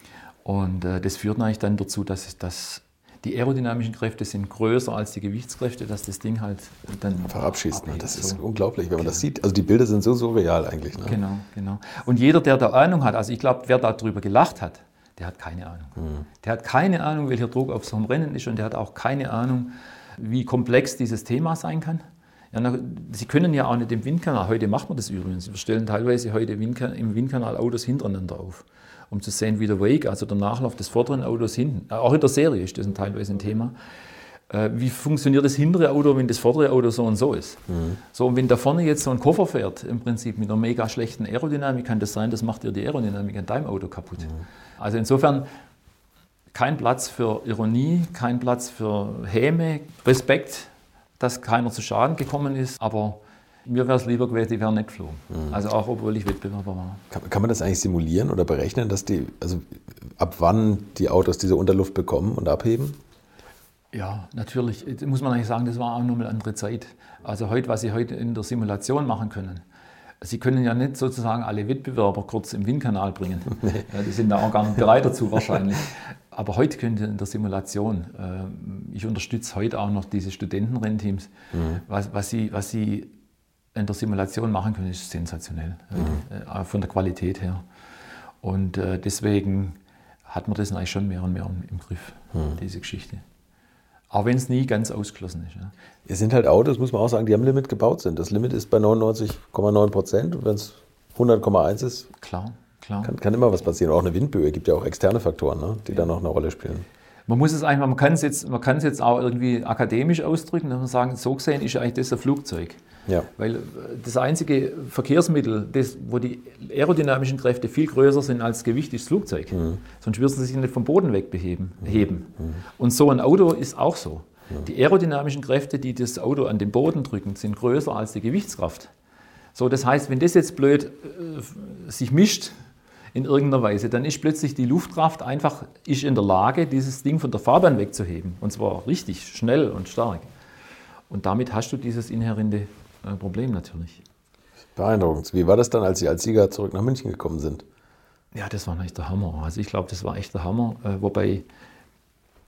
Und äh, das führt eigentlich dann dazu, dass, dass die aerodynamischen Kräfte sind größer als die Gewichtskräfte, dass das Ding halt dann einfach abschießt. Ne? Das ist so unglaublich, wenn man genau. das sieht. Also die Bilder sind so surreal eigentlich. Ne? Genau, genau. Und jeder, der da Ahnung hat, also ich glaube, wer darüber gelacht hat, der hat keine Ahnung. Mhm. Der hat keine Ahnung, welcher Druck auf so einem Rennen ist und der hat auch keine Ahnung, wie komplex dieses Thema sein kann. Ja, na, Sie können ja auch nicht im Windkanal, heute macht man das übrigens, wir stellen teilweise heute Windkan- im Windkanal Autos hintereinander auf, um zu sehen, wie der Wake, also der Nachlauf des vorderen Autos hinten, äh, auch in der Serie ist das ein teilweise ein Thema, äh, wie funktioniert das hintere Auto, wenn das vordere Auto so und so ist. Mhm. So, und wenn da vorne jetzt so ein Koffer fährt, im Prinzip mit einer mega schlechten Aerodynamik, kann das sein, das macht dir die Aerodynamik an deinem Auto kaputt. Mhm. Also insofern kein Platz für Ironie, kein Platz für Häme, Respekt, dass keiner zu Schaden gekommen ist, aber mir wäre es lieber gewesen, die wären nicht geflogen. Mhm. Also auch, obwohl ich Wettbewerber war. Kann, kann man das eigentlich simulieren oder berechnen, dass die, also ab wann die Autos diese Unterluft bekommen und abheben? Ja, natürlich. Jetzt muss man eigentlich sagen, das war auch nochmal eine andere Zeit. Also heute, was Sie heute in der Simulation machen können. Sie können ja nicht sozusagen alle Wettbewerber kurz im Windkanal bringen. Nee. Ja, die sind da auch gar nicht bereit dazu wahrscheinlich. Aber heute können Sie in der Simulation, äh, ich unterstütze heute auch noch diese Studentenrennteams, mhm. was, was, sie, was sie in der Simulation machen können, ist sensationell, mhm. äh, von der Qualität her. Und äh, deswegen hat man das eigentlich schon mehr und mehr im Griff, mhm. diese Geschichte. Auch wenn es nie ganz ausgeschlossen ist. Ja. Es sind halt Autos, muss man auch sagen, die am Limit gebaut sind. Das Limit ist bei neunundneunzig Komma neun Prozent und wenn es hundert Komma eins ist, klar, klar. Kann, kann immer was passieren. Auch eine Windböe, gibt ja auch externe Faktoren, ne, die ja. dann noch eine Rolle spielen. Man muss es einfach, man kann es jetzt, man kann es jetzt auch irgendwie akademisch ausdrücken, dass man sagen, so gesehen ist eigentlich das ein Flugzeug. Ja. Weil das einzige Verkehrsmittel, das, wo die aerodynamischen Kräfte viel größer sind als Gewicht, ist das Flugzeug. Mhm. Sonst würden sie sich nicht vom Boden weg beheben, mhm. heben. Mhm. Und so ein Auto ist auch so. Mhm. Die aerodynamischen Kräfte, die das Auto an den Boden drücken, sind größer als die Gewichtskraft. So, das heißt, wenn das jetzt blöd äh, sich mischt in irgendeiner Weise, dann ist plötzlich die Luftkraft einfach ist in der Lage, dieses Ding von der Fahrbahn wegzuheben. Und zwar richtig schnell und stark. Und damit hast du dieses inhärente Problem natürlich. Beeindruckend. Wie war das dann, als Sie als Sieger zurück nach München gekommen sind? Ja, das war echt der Hammer. Also ich glaube, das war echt der Hammer. Äh, wobei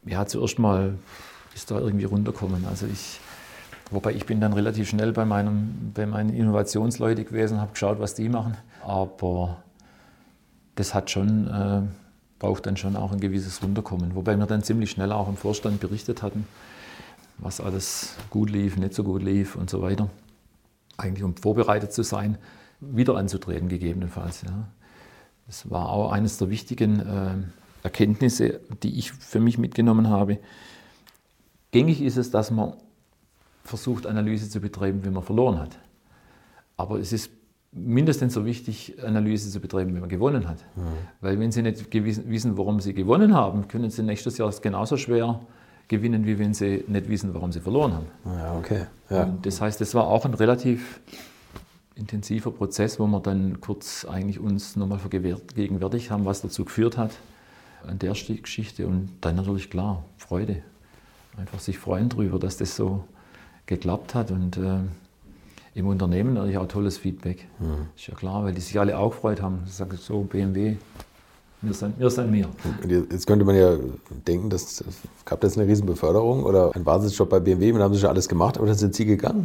Ja, zuerst mal ist da irgendwie runterkommen. Also ich, wobei ich bin dann relativ schnell bei, meinem, bei meinen Innovationsleuten gewesen, habe geschaut, was die machen. Aber das hat schon, äh, braucht dann schon auch ein gewisses Runterkommen. Wobei wir dann ziemlich schnell auch im Vorstand berichtet hatten, was alles gut lief, nicht so gut lief und so weiter. Eigentlich um vorbereitet zu sein, wieder anzutreten gegebenenfalls. Ja. Das war auch eines der wichtigen äh, Erkenntnisse, die ich für mich mitgenommen habe. Gängig ist es, dass man versucht, Analyse zu betreiben, wenn man verloren hat. Aber es ist mindestens so wichtig, Analyse zu betreiben, wenn man gewonnen hat. Mhm. Weil wenn Sie nicht wissen, warum Sie gewonnen haben, können Sie nächstes Jahr genauso schwer gewinnen, wie wenn Sie nicht wissen, warum Sie verloren haben. Ja, okay. Ja. Und das heißt, das war auch ein relativ intensiver Prozess, wo wir dann kurz eigentlich uns nochmal vergegenwärtigt haben, was dazu geführt hat an der Geschichte. Und dann natürlich klar, Freude. Einfach sich freuen darüber, dass das so geklappt hat. Und äh, im Unternehmen natürlich auch tolles Feedback. Mhm. Ist ja klar, weil die sich alle auch gefreut haben. Ich sage so, B M W, wir sind wir. Sind wir. Jetzt könnte man ja denken, das gab jetzt eine riesen Beförderung oder ein Wahnsinnsjob bei B M W, und haben Sie schon alles gemacht, aber dann sind Sie gegangen?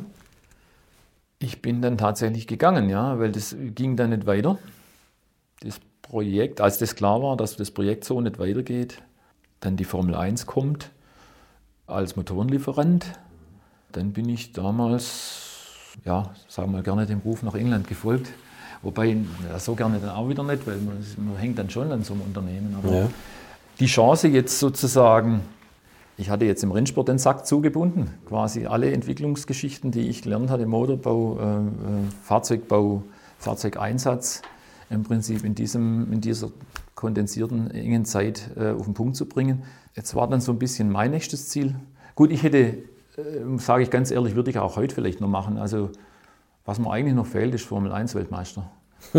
Ich bin dann tatsächlich gegangen, ja, weil das ging dann nicht weiter. Das Projekt, als das klar war, dass das Projekt so nicht weitergeht, dann die Formel eins kommt als Motorenlieferant, dann bin ich damals, ja, sagen wir mal gerne dem Ruf nach England gefolgt. Wobei, ja, so gerne dann auch wieder nicht, weil man, man hängt dann schon an so einem Unternehmen. Aber ja. Die Chance jetzt sozusagen, ich hatte jetzt im Rennsport den Sack zugebunden, quasi alle Entwicklungsgeschichten, die ich gelernt hatte, Motorbau, äh, Fahrzeugbau, Fahrzeugeinsatz, im Prinzip in, diesem, in dieser kondensierten, engen Zeit äh, auf den Punkt zu bringen. Jetzt war dann so ein bisschen mein nächstes Ziel. Gut, ich hätte, äh, sage ich ganz ehrlich, würde ich auch heute vielleicht noch machen. Also was mir eigentlich noch fehlt, ist Formel eins Weltmeister.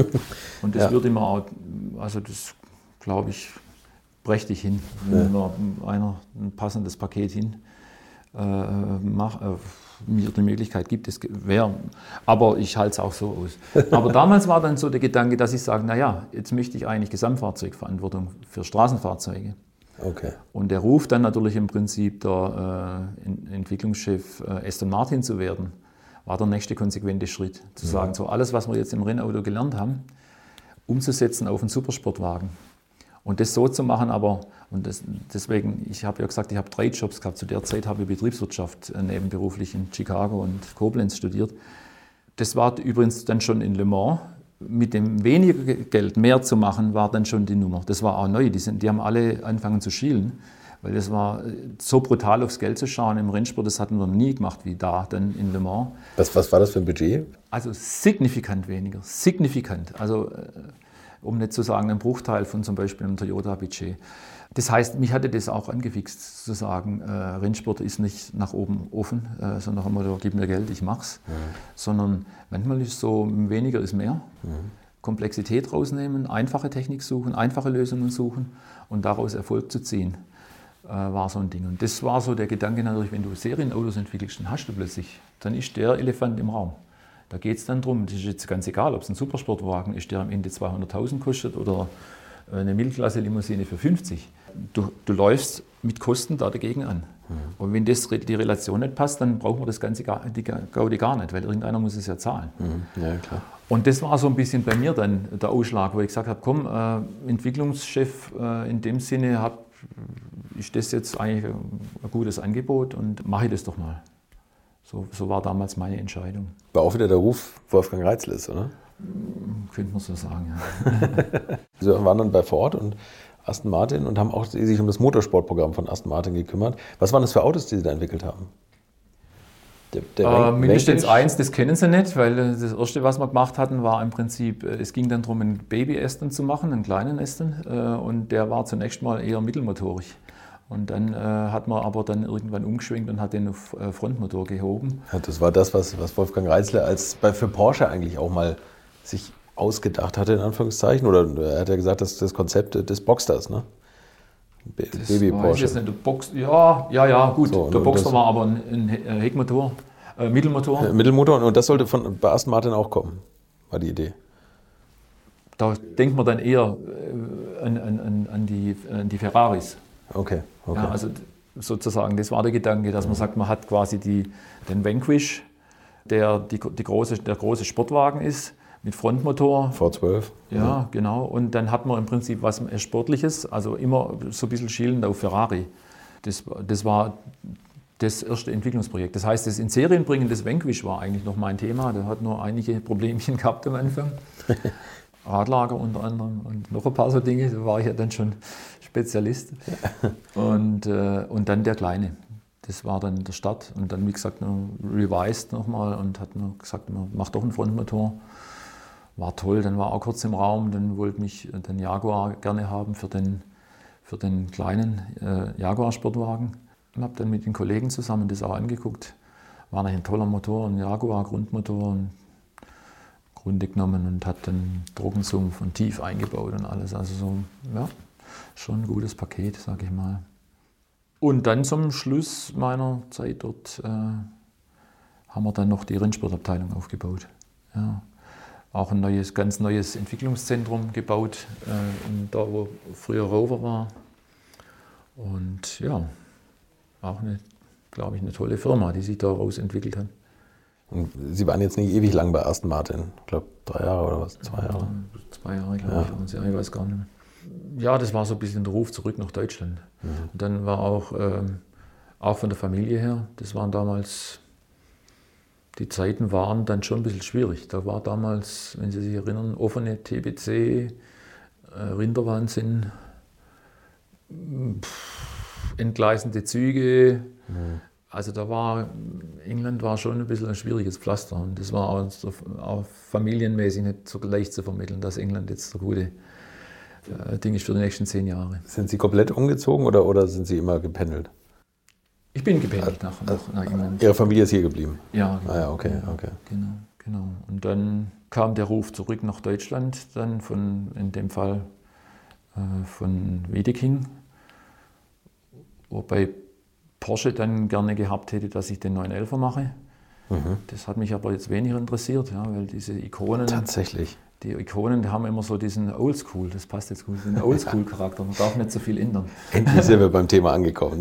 Und das ja. würde mir auch, also das glaube ich, prächtig hin, wenn ja. einer ein passendes Paket hin äh, mach, äh, mir die Möglichkeit gibt, das wäre. Aber ich halte es auch so aus. Aber damals war dann so der Gedanke, dass ich sage, naja, jetzt möchte ich eigentlich Gesamtfahrzeugverantwortung für Straßenfahrzeuge. Okay. Und der Ruf dann natürlich im Prinzip der äh, Entwicklungschef äh, Aston Martin zu werden, war der nächste konsequente Schritt. Zu ja. sagen, so alles, was wir jetzt im Rennauto gelernt haben, umzusetzen auf einen Supersportwagen. Und das so zu machen, aber, und das, deswegen, ich habe ja gesagt, ich habe drei Jobs gehabt. Zu der Zeit habe ich Betriebswirtschaft nebenberuflich in Chicago und Koblenz studiert. Das war übrigens dann schon in Le Mans. Mit dem weniger Geld mehr zu machen, war dann schon die Nummer. Das war auch neu. Die, sind, die haben alle angefangen zu schielen, weil das war so brutal aufs Geld zu schauen im Rennsport. Das hatten wir noch nie gemacht wie da, dann in Le Mans. Was, was war das für ein Budget? Also signifikant weniger, signifikant. Also um nicht zu sagen, ein Bruchteil von zum Beispiel einem Toyota-Budget. Das heißt, mich hatte das auch angefixt, zu sagen, äh, Rennsport ist nicht nach oben offen, äh, so nach dem Motto, gib mir Geld, ich mach's. Mhm. Sondern manchmal ist so, weniger ist mehr. Mhm. Komplexität rausnehmen, einfache Technik suchen, einfache Lösungen suchen und daraus Erfolg zu ziehen, äh, war so ein Ding. Und das war so der Gedanke natürlich, wenn du Serienautos entwickelst, dann hast du plötzlich, dann ist der Elefant im Raum. Da geht es dann darum, das ist jetzt ganz egal, ob es ein Supersportwagen ist, der am Ende zweihunderttausend kostet oder eine Mittelklasse-Limousine für fünfzig. Du, du läufst mit Kosten da dagegen an. Mhm. Und wenn das, die Relation nicht passt, dann brauchen wir das ganze die Gaudi gar nicht, weil irgendeiner muss es ja zahlen. Mhm. Ja, klar. Und das war so ein bisschen bei mir dann der Ausschlag, wo ich gesagt habe, komm, äh, Entwicklungschef äh, in dem Sinne, hab, ist das jetzt eigentlich ein gutes Angebot und mache ich das doch mal. So, so war damals meine Entscheidung. War auch wieder der Ruf Wolfgang Reitzle ist, oder? Könnte man so sagen, ja. Sie waren dann bei Ford und Aston Martin und haben auch sich um das Motorsportprogramm von Aston Martin gekümmert. Was waren das für Autos, die Sie da entwickelt haben? Der, der äh, mindestens eins, das kennen Sie nicht, weil das Erste, was wir gemacht hatten, war im Prinzip, es ging dann darum, einen Baby-Aston zu machen, einen kleinen Aston, und der war zunächst mal eher mittelmotorig. Und dann äh, hat man aber dann irgendwann umgeschwenkt und hat den auf äh, Frontmotor gehoben. Ja, das war das, was, was Wolfgang Reitzle als bei, für Porsche eigentlich auch mal sich ausgedacht hatte, in Anführungszeichen. Oder er hat ja gesagt, das das Konzept des Boxsters, ne? B- das Baby Porsche. Jetzt nicht, der Box, ja, ja, ja, gut. So, der Boxster war aber ein, ein Heckmotor, äh, Mittelmotor. Ja, Mittelmotor, und das sollte von bei Aston Martin auch kommen, war die Idee. Da denkt man dann eher äh, an, an, an, die, an die Ferraris. Okay, okay. Ja, also sozusagen, das war der Gedanke, dass man sagt, man hat quasi die, den Vanquish, der die, die große, der große Sportwagen ist, mit Frontmotor. V zwölf. Ja, ja, genau. Und dann hat man im Prinzip was Sportliches, also immer so ein bisschen schielend auf Ferrari. Das, das war das erste Entwicklungsprojekt. Das heißt, das in Serien bringen des Vanquish war eigentlich noch mein Thema. Der hat nur einige Problemchen gehabt am Anfang. Radlager unter anderem und noch ein paar so Dinge. Da war ich ja dann schon Spezialist. Und, äh, und dann der Kleine. Das war dann der Start. Und dann, wie gesagt, noch revised nochmal und hat noch gesagt, man macht doch einen Frontmotor. War toll, dann war auch kurz im Raum. Dann wollte mich den Jaguar gerne haben für den, für den kleinen äh, Jaguar-Sportwagen. Ich habe dann mit den Kollegen zusammen das auch angeguckt. War eigentlich ein toller Motor, ein Jaguar-Grundmotor. Und Grunde genommen und hat dann Trockensumpf und tief eingebaut und alles. Also so, ja, schon ein gutes Paket, sage ich mal. Und dann zum Schluss meiner Zeit dort äh, haben wir dann noch die Rennsportabteilung aufgebaut. Ja. Auch ein neues, ganz neues Entwicklungszentrum gebaut, äh, da wo früher Rover war. Und ja, auch eine, glaube ich, eine tolle Firma, die sich daraus entwickelt hat. Und Sie waren jetzt nicht ewig lang bei Aston Martin, ich glaube drei Jahre oder was, zwei Jahre? Zwei Jahre, glaube ja. ich, waren Sie, ich weiß gar nicht mehr. Ja, das war so ein bisschen der Ruf zurück nach Deutschland. Mhm. Und dann war auch, ähm, auch von der Familie her, das waren damals, die Zeiten waren dann schon ein bisschen schwierig. Da war damals, wenn Sie sich erinnern, offene T B C, äh, Rinderwahnsinn, pff, entgleisende Züge. Mhm. Also da war, England war schon ein bisschen ein schwieriges Pflaster und das war auch, so, auch familienmäßig nicht so leicht zu vermitteln, dass England jetzt so gute äh, Ding ist für die nächsten zehn Jahre. Sind Sie komplett umgezogen oder, oder sind Sie immer gependelt? Ich bin gependelt nach, nach, nach England. Ihre Familie ist hier geblieben? Ja. Ah ja, okay, okay. Genau, genau. Und dann kam der Ruf zurück nach Deutschland, dann von, in dem Fall äh, von Wiedeking, wobei Porsche dann gerne gehabt hätte, dass ich den neun elfer mache. Mhm. Das hat mich aber jetzt weniger interessiert, ja, weil diese Ikonen... Tatsächlich? Die Ikonen, die haben immer so diesen Oldschool, das passt jetzt gut, den Oldschool-Charakter, man darf nicht so viel ändern. Endlich sind wir beim Thema angekommen.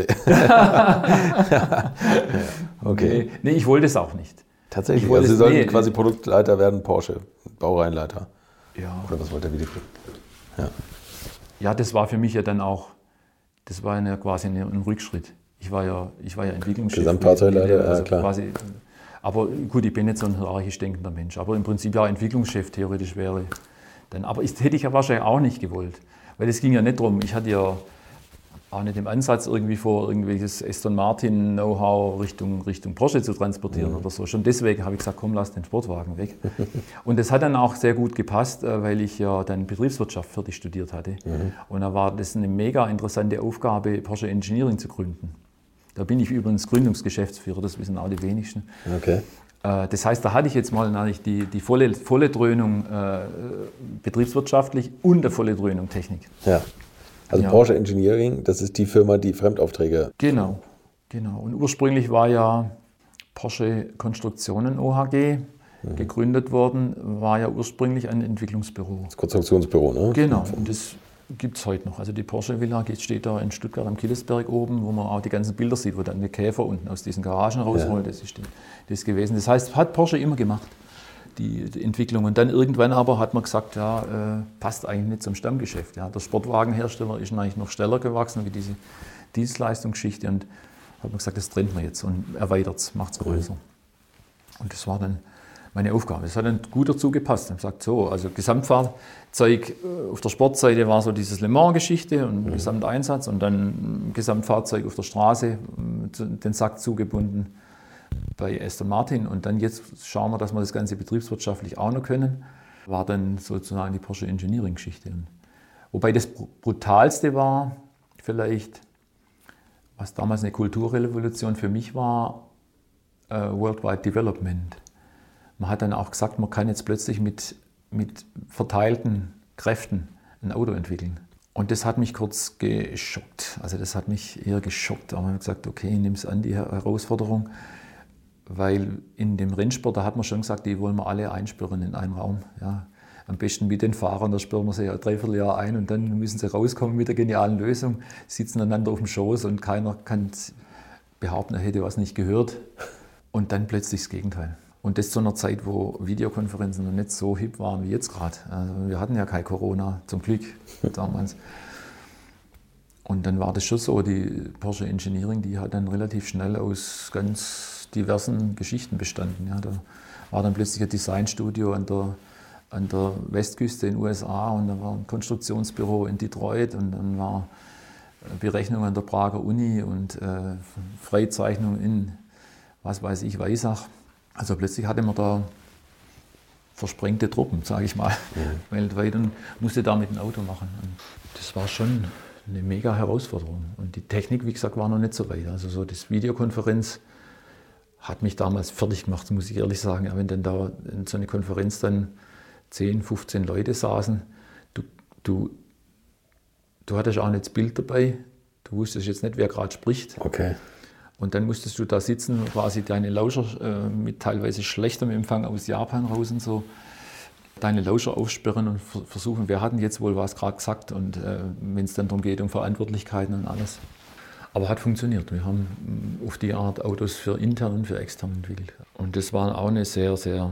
ja. Okay. Nee, nee, ich wollte es auch nicht. Tatsächlich, also Sie sollten nee, quasi Produktleiter werden, Porsche, Baureihenleiter. Ja. Oder was wollte er wieder? Ja. Ja, das war für mich ja dann auch, das war ja quasi ein Rückschritt. Ich war ja, ich war ja Entwicklungschef. Gesamtfahrzeugleiter, also ja klar. Quasi, aber gut, ich bin nicht so ein hierarchisch denkender Mensch. Aber im Prinzip ja Entwicklungschef theoretisch wäre. Dann, aber das hätte ich ja wahrscheinlich auch nicht gewollt. Weil es ging ja nicht darum, ich hatte ja auch nicht im Ansatz irgendwie vor, irgendwelches Aston Martin Know-how Richtung, Richtung Porsche zu transportieren mhm. oder so. Schon deswegen habe ich gesagt, komm, lass den Sportwagen weg. Und das hat dann auch sehr gut gepasst, weil ich ja dann Betriebswirtschaft fertig studiert hatte. Mhm. Und da war das eine mega interessante Aufgabe, Porsche Engineering zu gründen. Da bin ich übrigens Gründungsgeschäftsführer, das wissen auch die wenigsten. Okay. Das heißt, da hatte ich jetzt mal eigentlich die, die volle, volle Dröhnung äh, betriebswirtschaftlich und eine volle Dröhnung Technik. Ja. Also ja. Porsche Engineering, das ist die Firma, die Fremdaufträge... Genau, genau. Und ursprünglich war ja Porsche Konstruktionen O H G mhm. gegründet worden, war ja ursprünglich ein Entwicklungsbüro. Das Konstruktionsbüro, ne? Genau, und das gibt es heute noch. Also die Porsche Villa steht da in Stuttgart am Killesberg oben, wo man auch die ganzen Bilder sieht, wo dann der Käfer unten aus diesen Garagen rausrollt. Ja. Das ist das gewesen. Das heißt, hat Porsche immer gemacht, die, die Entwicklung. Und dann irgendwann aber hat man gesagt, ja, äh, passt eigentlich nicht zum Stammgeschäft. Ja. Der Sportwagenhersteller ist eigentlich noch schneller gewachsen wie diese Dienstleistungsgeschichte. Und hat man gesagt, das trennt man jetzt und erweitert es, macht es größer. Mhm. Und das war dann meine Aufgabe. Das hat dann gut dazu gepasst. Ich habe gesagt, so, also Gesamtfahrzeug auf der Sportseite war so dieses Le Mans-Geschichte und mhm. Gesamteinsatz und dann Gesamtfahrzeug auf der Straße, den Sack zugebunden bei Aston Martin. Und dann jetzt schauen wir, dass wir das Ganze betriebswirtschaftlich auch noch können. War dann sozusagen die Porsche Engineering-Geschichte. Wobei das Brutalste war, vielleicht, was damals eine Kulturrevolution für mich war, uh, Worldwide Development. Man hat dann auch gesagt, man kann jetzt plötzlich mit, mit verteilten Kräften ein Auto entwickeln. Und das hat mich kurz geschockt. Also das hat mich eher geschockt. Aber man hat gesagt, okay, nimm es an, die Herausforderung. Weil in dem Rennsport, da hat man schon gesagt, die wollen wir alle einsperren in einen Raum. Ja. am besten mit den Fahrern, da sperren wir sie ja ein Dreivierteljahr ein und dann müssen sie rauskommen mit der genialen Lösung, sitzen einander auf dem Schoß und keiner kann behaupten, er hätte was nicht gehört und dann plötzlich das Gegenteil. Und das zu einer Zeit, wo Videokonferenzen noch nicht so hip waren wie jetzt gerade. Also wir hatten ja kein Corona, zum Glück damals. Und dann war das schon so, die Porsche Engineering, die hat dann relativ schnell aus ganz diversen Geschichten bestanden. Ja, da war dann plötzlich ein Designstudio an der, an der Westküste in den U S A und dann war ein Konstruktionsbüro in Detroit und dann war Berechnung an der Prager Uni und äh, Freizeichnung in, was weiß ich, Weissach. Also plötzlich hatte man da versprengte Truppen, sage ich mal, mhm. weltweit und musste damit ein Auto machen. Und das war schon eine mega Herausforderung. Und die Technik, wie gesagt, war noch nicht so weit. Also so das Videokonferenz hat mich damals fertig gemacht, muss ich ehrlich sagen. Ja, wenn dann da in so eine Konferenz dann zehn, fünfzehn Leute saßen, du, du, du hattest auch nicht das Bild dabei, du wusstest jetzt nicht, wer gerade spricht. Okay. Und dann musstest du da sitzen, quasi deine Lauscher äh, mit teilweise schlechtem Empfang aus Japan raus und so, deine Lauscher aufsperren und versuchen, wer hat denn jetzt wohl was gerade gesagt und äh, wenn es dann darum geht, um Verantwortlichkeiten und alles. Aber hat funktioniert. Wir haben auf die Art Autos für intern und für extern entwickelt. Und das war auch eine sehr, sehr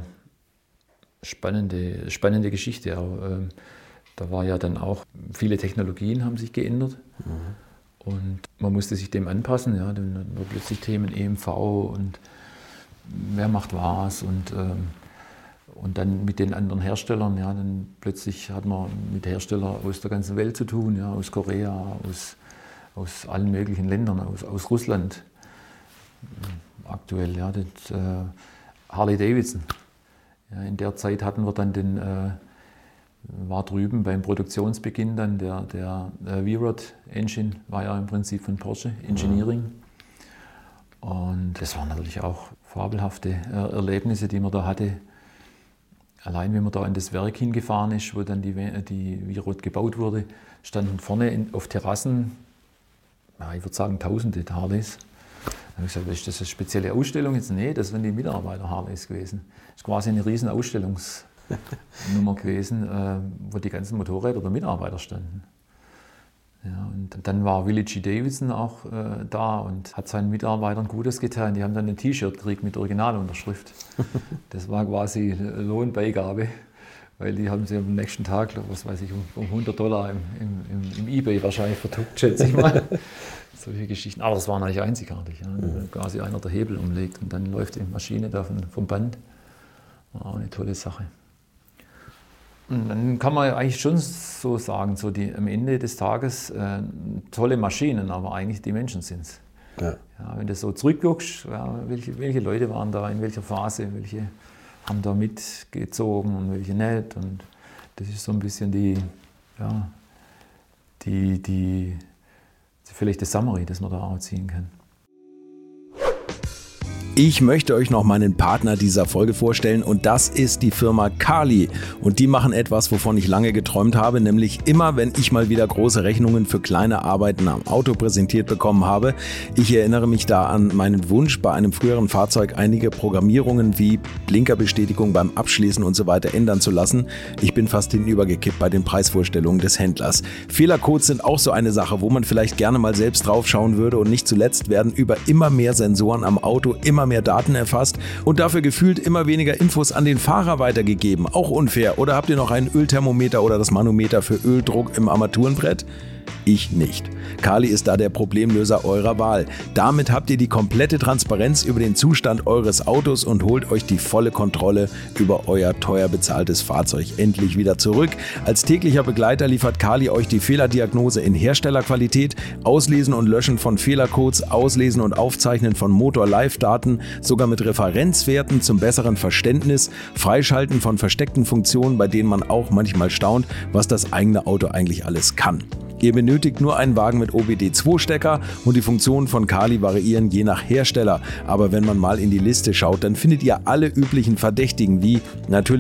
spannende, spannende Geschichte. Auch, äh, da war ja dann auch, viele Technologien haben sich geändert. Mhm. Und man musste sich dem anpassen, ja, dann hatten wir plötzlich Themen E M V und wer macht was und, ähm, und dann mit den anderen Herstellern, ja, dann plötzlich hat man mit Herstellern aus der ganzen Welt zu tun, ja, aus Korea, aus, aus allen möglichen Ländern, aus, aus Russland aktuell, ja, das, äh, Harley Davidson. Ja, in der Zeit hatten wir dann den äh, war drüben beim Produktionsbeginn dann der, der äh, V-Rod-Engine, war ja im Prinzip von Porsche Engineering. Mhm. Und das waren natürlich auch fabelhafte äh, Erlebnisse, die man da hatte. Allein wenn man da in das Werk hingefahren ist, wo dann die, die V-Rod gebaut wurde, standen vorne in, auf Terrassen, ja, ich würde sagen tausende Harleys. Da habe ich gesagt, ist das eine spezielle Ausstellung jetzt? Nee, das sind die Mitarbeiter Harleys gewesen. Das ist quasi eine riesen Ausstellungs Nummer gewesen, äh, wo die ganzen Motorräder der Mitarbeiter standen. Ja, und dann war Willie G. Davidson auch äh, da und hat seinen Mitarbeitern Gutes getan. Die haben dann ein T-Shirt gekriegt mit Originalunterschrift. Das war quasi Lohnbeigabe, weil die haben sie am nächsten Tag, was weiß ich, um, um hundert Dollar im, im, im, im eBay wahrscheinlich vertuckt, schätze ich mal. Solche Geschichten. Aber das war natürlich einzigartig. Ja. Mhm. Quasi einer der Hebel umlegt und dann läuft die Maschine da von, vom Band. War auch eine tolle Sache. Und dann kann man eigentlich schon so sagen, so die, am Ende des Tages äh, tolle Maschinen, aber eigentlich die Menschen sind es. Ja. Ja, wenn du so zurückguckst, ja, welche, welche Leute waren da, in welcher Phase, welche haben da mitgezogen und welche nicht. Und das ist so ein bisschen die, ja, die, die, vielleicht das Summary, das man da auch ziehen kann. Ich möchte euch noch meinen Partner dieser Folge vorstellen und das ist die Firma Carli. Und die machen etwas, wovon ich lange geträumt habe, nämlich immer, wenn ich mal wieder große Rechnungen für kleine Arbeiten am Auto präsentiert bekommen habe. Ich erinnere mich da an meinen Wunsch, bei einem früheren Fahrzeug einige Programmierungen wie Blinkerbestätigung beim Abschließen und so weiter ändern zu lassen. Ich bin fast hinübergekippt bei den Preisvorstellungen des Händlers. Fehlercodes sind auch so eine Sache, wo man vielleicht gerne mal selbst drauf schauen würde und nicht zuletzt werden über immer mehr Sensoren am Auto immer mehr Daten erfasst und dafür gefühlt immer weniger Infos an den Fahrer weitergegeben. Auch unfair. Oder habt ihr noch einen Ölthermometer oder das Manometer für Öldruck im Armaturenbrett? Ich nicht. Carli ist da der Problemlöser eurer Wahl. Damit habt ihr die komplette Transparenz über den Zustand eures Autos und holt euch die volle Kontrolle über euer teuer bezahltes Fahrzeug endlich wieder zurück. Als täglicher Begleiter liefert Carli euch die Fehlerdiagnose in Herstellerqualität, Auslesen und Löschen von Fehlercodes, Auslesen und Aufzeichnen von Motor-Live-Daten, sogar mit Referenzwerten zum besseren Verständnis, Freischalten von versteckten Funktionen, bei denen man auch manchmal staunt, was das eigene Auto eigentlich alles kann. Ihr benötigt nur einen Wagen mit O B D zwei Stecker und die Funktionen von Carli variieren je nach Hersteller. Aber wenn man mal in die Liste schaut, dann findet ihr alle üblichen Verdächtigen wie natürlich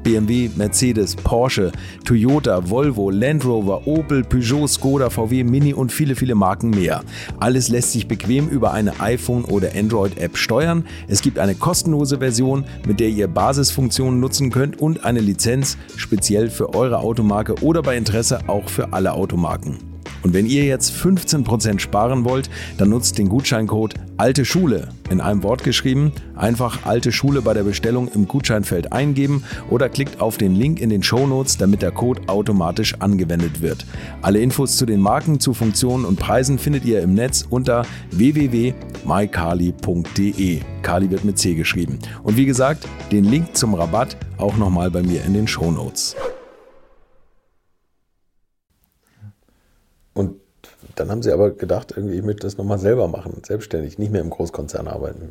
B M W, Mercedes, Porsche, Toyota, Volvo, Land Rover, Opel, Peugeot, Skoda, V W, Mini und viele, viele Marken mehr. Alles lässt sich bequem über eine iPhone- oder Android-App steuern. Es gibt eine kostenlose Version, mit der ihr Basisfunktionen nutzen könnt und eine Lizenz speziell für eure Automarke oder bei Interesse auch für alle Automarken. Und wenn ihr jetzt fünfzehn Prozent sparen wollt, dann nutzt den Gutscheincode Alte Schule, in einem Wort geschrieben, einfach Alte Schule bei der Bestellung im Gutscheinfeld eingeben oder klickt auf den Link in den Shownotes, damit der Code automatisch angewendet wird. Alle Infos zu den Marken, zu Funktionen und Preisen findet ihr im Netz unter w w w punkt my carly punkt d e. Carly wird mit C geschrieben. Und wie gesagt, den Link zum Rabatt auch nochmal bei mir in den Shownotes. Und dann haben Sie aber gedacht, irgendwie, ich möchte das nochmal selber machen, selbstständig, nicht mehr im Großkonzern arbeiten.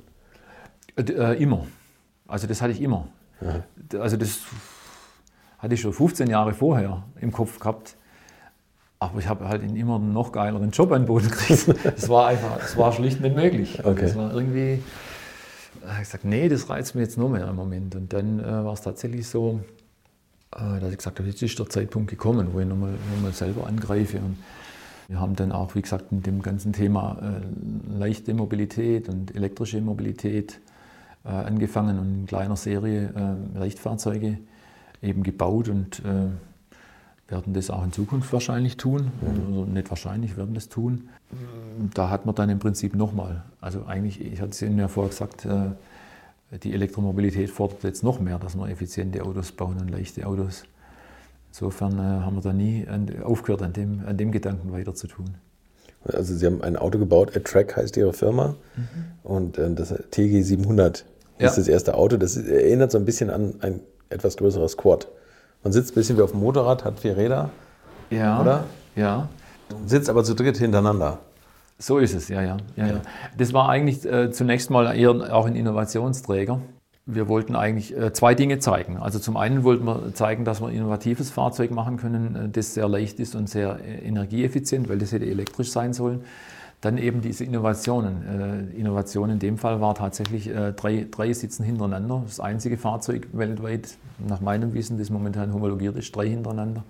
Äh, immer. Also das hatte ich immer. Ja. Also das hatte ich schon fünfzehn Jahre vorher im Kopf gehabt. Aber ich habe halt immer einen noch geileren Job angeboten gekriegt. Das war einfach, das war schlicht nicht möglich. Okay. Das war irgendwie, ich habe gesagt, nee, das reizt mir jetzt noch mehr im Moment. Und dann äh, war es tatsächlich so, äh, dass ich gesagt habe, jetzt ist der Zeitpunkt gekommen, wo ich nochmal noch mal selber angreife. Und wir haben dann auch, wie gesagt, mit dem ganzen Thema äh, leichte Mobilität und elektrische Mobilität äh, angefangen und in kleiner Serie äh, Leichtfahrzeuge eben gebaut und äh, werden das auch in Zukunft wahrscheinlich tun. Mhm. Also nicht wahrscheinlich, werden das tun. Da hat man dann im Prinzip nochmal, also eigentlich, ich hatte es Ihnen ja vorher gesagt, äh, die Elektromobilität fordert jetzt noch mehr, dass wir effiziente Autos bauen und leichte Autos. Insofern äh, haben wir da nie an, aufgehört, an dem, an dem Gedanken weiter zu tun. Also Sie haben ein Auto gebaut, A-Track heißt Ihre Firma, mhm. und äh, das T G siebenhundert ja. ist das erste Auto. Das erinnert so ein bisschen an ein etwas größeres Quad. Man sitzt ein bisschen wie auf dem Motorrad, hat vier Räder, ja, oder? Ja. Sitzt aber zu dritt hintereinander. So ist es, ja, ja. ja, ja. Das war eigentlich äh, zunächst mal eher auch ein Innovationsträger. Wir wollten eigentlich äh, zwei Dinge zeigen. Also zum einen wollten wir zeigen, dass wir ein innovatives Fahrzeug machen können, äh, das sehr leicht ist und sehr äh, energieeffizient, weil das hätte elektrisch sein sollen. Dann eben diese Innovationen. Äh, Innovation in dem Fall war tatsächlich äh, drei, drei Sitzen hintereinander. Das einzige Fahrzeug weltweit, nach meinem Wissen, das momentan homologiert ist, drei hintereinander.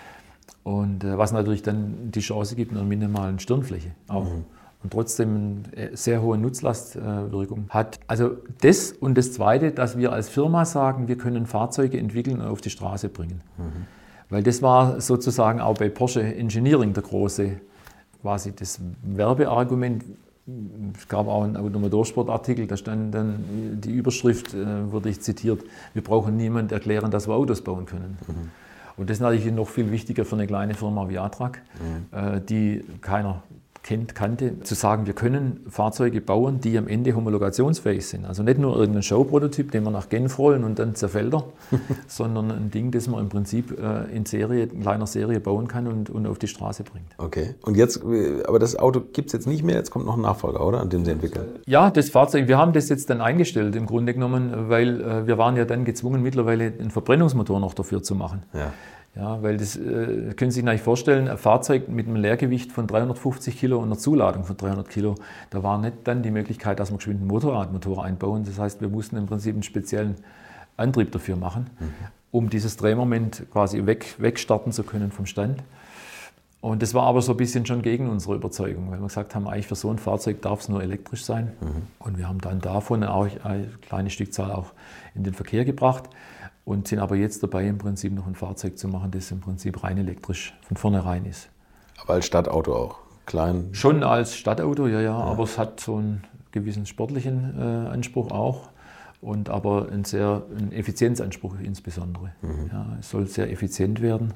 Und äh, was natürlich dann die Chance gibt, einer minimalen Stirnfläche auch. Mhm. Und trotzdem eine sehr hohe Nutzlastwirkung hat. Also das und das Zweite, dass wir als Firma sagen, wir können Fahrzeuge entwickeln und auf die Straße bringen. Mhm. Weil das war sozusagen auch bei Porsche Engineering der große, quasi das Werbeargument. Es gab auch einen Automotorsportartikel, da stand dann die Überschrift, äh, wurde ich zitiert, wir brauchen niemand erklären, dass wir Autos bauen können. Mhm. Und das ist natürlich noch viel wichtiger für eine kleine Firma wie A-Track, mhm. äh, die keiner kennt, kannte, zu sagen, wir können Fahrzeuge bauen, die am Ende homologationsfähig sind. Also nicht nur irgendein Showprototyp, den wir nach Genf rollen und dann zerfällt er, sondern ein Ding, das man im Prinzip äh, in Serie, in kleiner Serie bauen kann und, und auf die Straße bringt. Okay. Und jetzt, aber das Auto gibt es jetzt nicht mehr, jetzt kommt noch ein Nachfolger, oder? An dem Sie entwickeln? Ja, das Fahrzeug, wir haben das jetzt dann eingestellt im Grunde genommen, weil äh, wir waren ja dann gezwungen, mittlerweile einen Verbrennungsmotor noch dafür zu machen. Ja. Ja, weil das äh, können Sie sich natürlich vorstellen, ein Fahrzeug mit einem Leergewicht von dreihundertfünfzig Kilo und einer Zuladung von dreihundert Kilo, da war nicht dann die Möglichkeit, dass wir geschwind einen Motorradmotor einbauen. Das heißt, wir mussten im Prinzip einen speziellen Antrieb dafür machen, mhm. um dieses Drehmoment quasi weg, wegstarten zu können vom Stand. Und das war aber so ein bisschen schon gegen unsere Überzeugung, weil wir gesagt haben, eigentlich für so ein Fahrzeug darf es nur elektrisch sein. Mhm. Und wir haben dann davon auch eine kleine Stückzahl auch in den Verkehr gebracht. Und sind aber jetzt dabei, im Prinzip noch ein Fahrzeug zu machen, das im Prinzip rein elektrisch von vornherein ist. Aber als Stadtauto auch? Klein? Schon als Stadtauto, ja, ja, ja. Aber es hat so einen gewissen sportlichen äh, Anspruch auch. Und aber einen sehr einen Effizienzanspruch insbesondere. Mhm. Ja, es soll sehr effizient werden.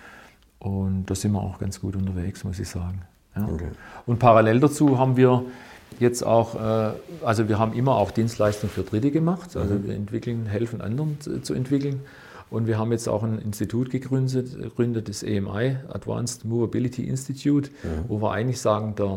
Und da sind wir auch ganz gut unterwegs, muss ich sagen. Ja. Okay. Und parallel dazu haben wir jetzt auch, also wir haben immer auch Dienstleistungen für Dritte gemacht, also wir entwickeln, helfen anderen zu entwickeln und wir haben jetzt auch ein Institut gegründet, gegründet das A M I, Advanced Mobility Institute, mhm. wo wir eigentlich sagen, der,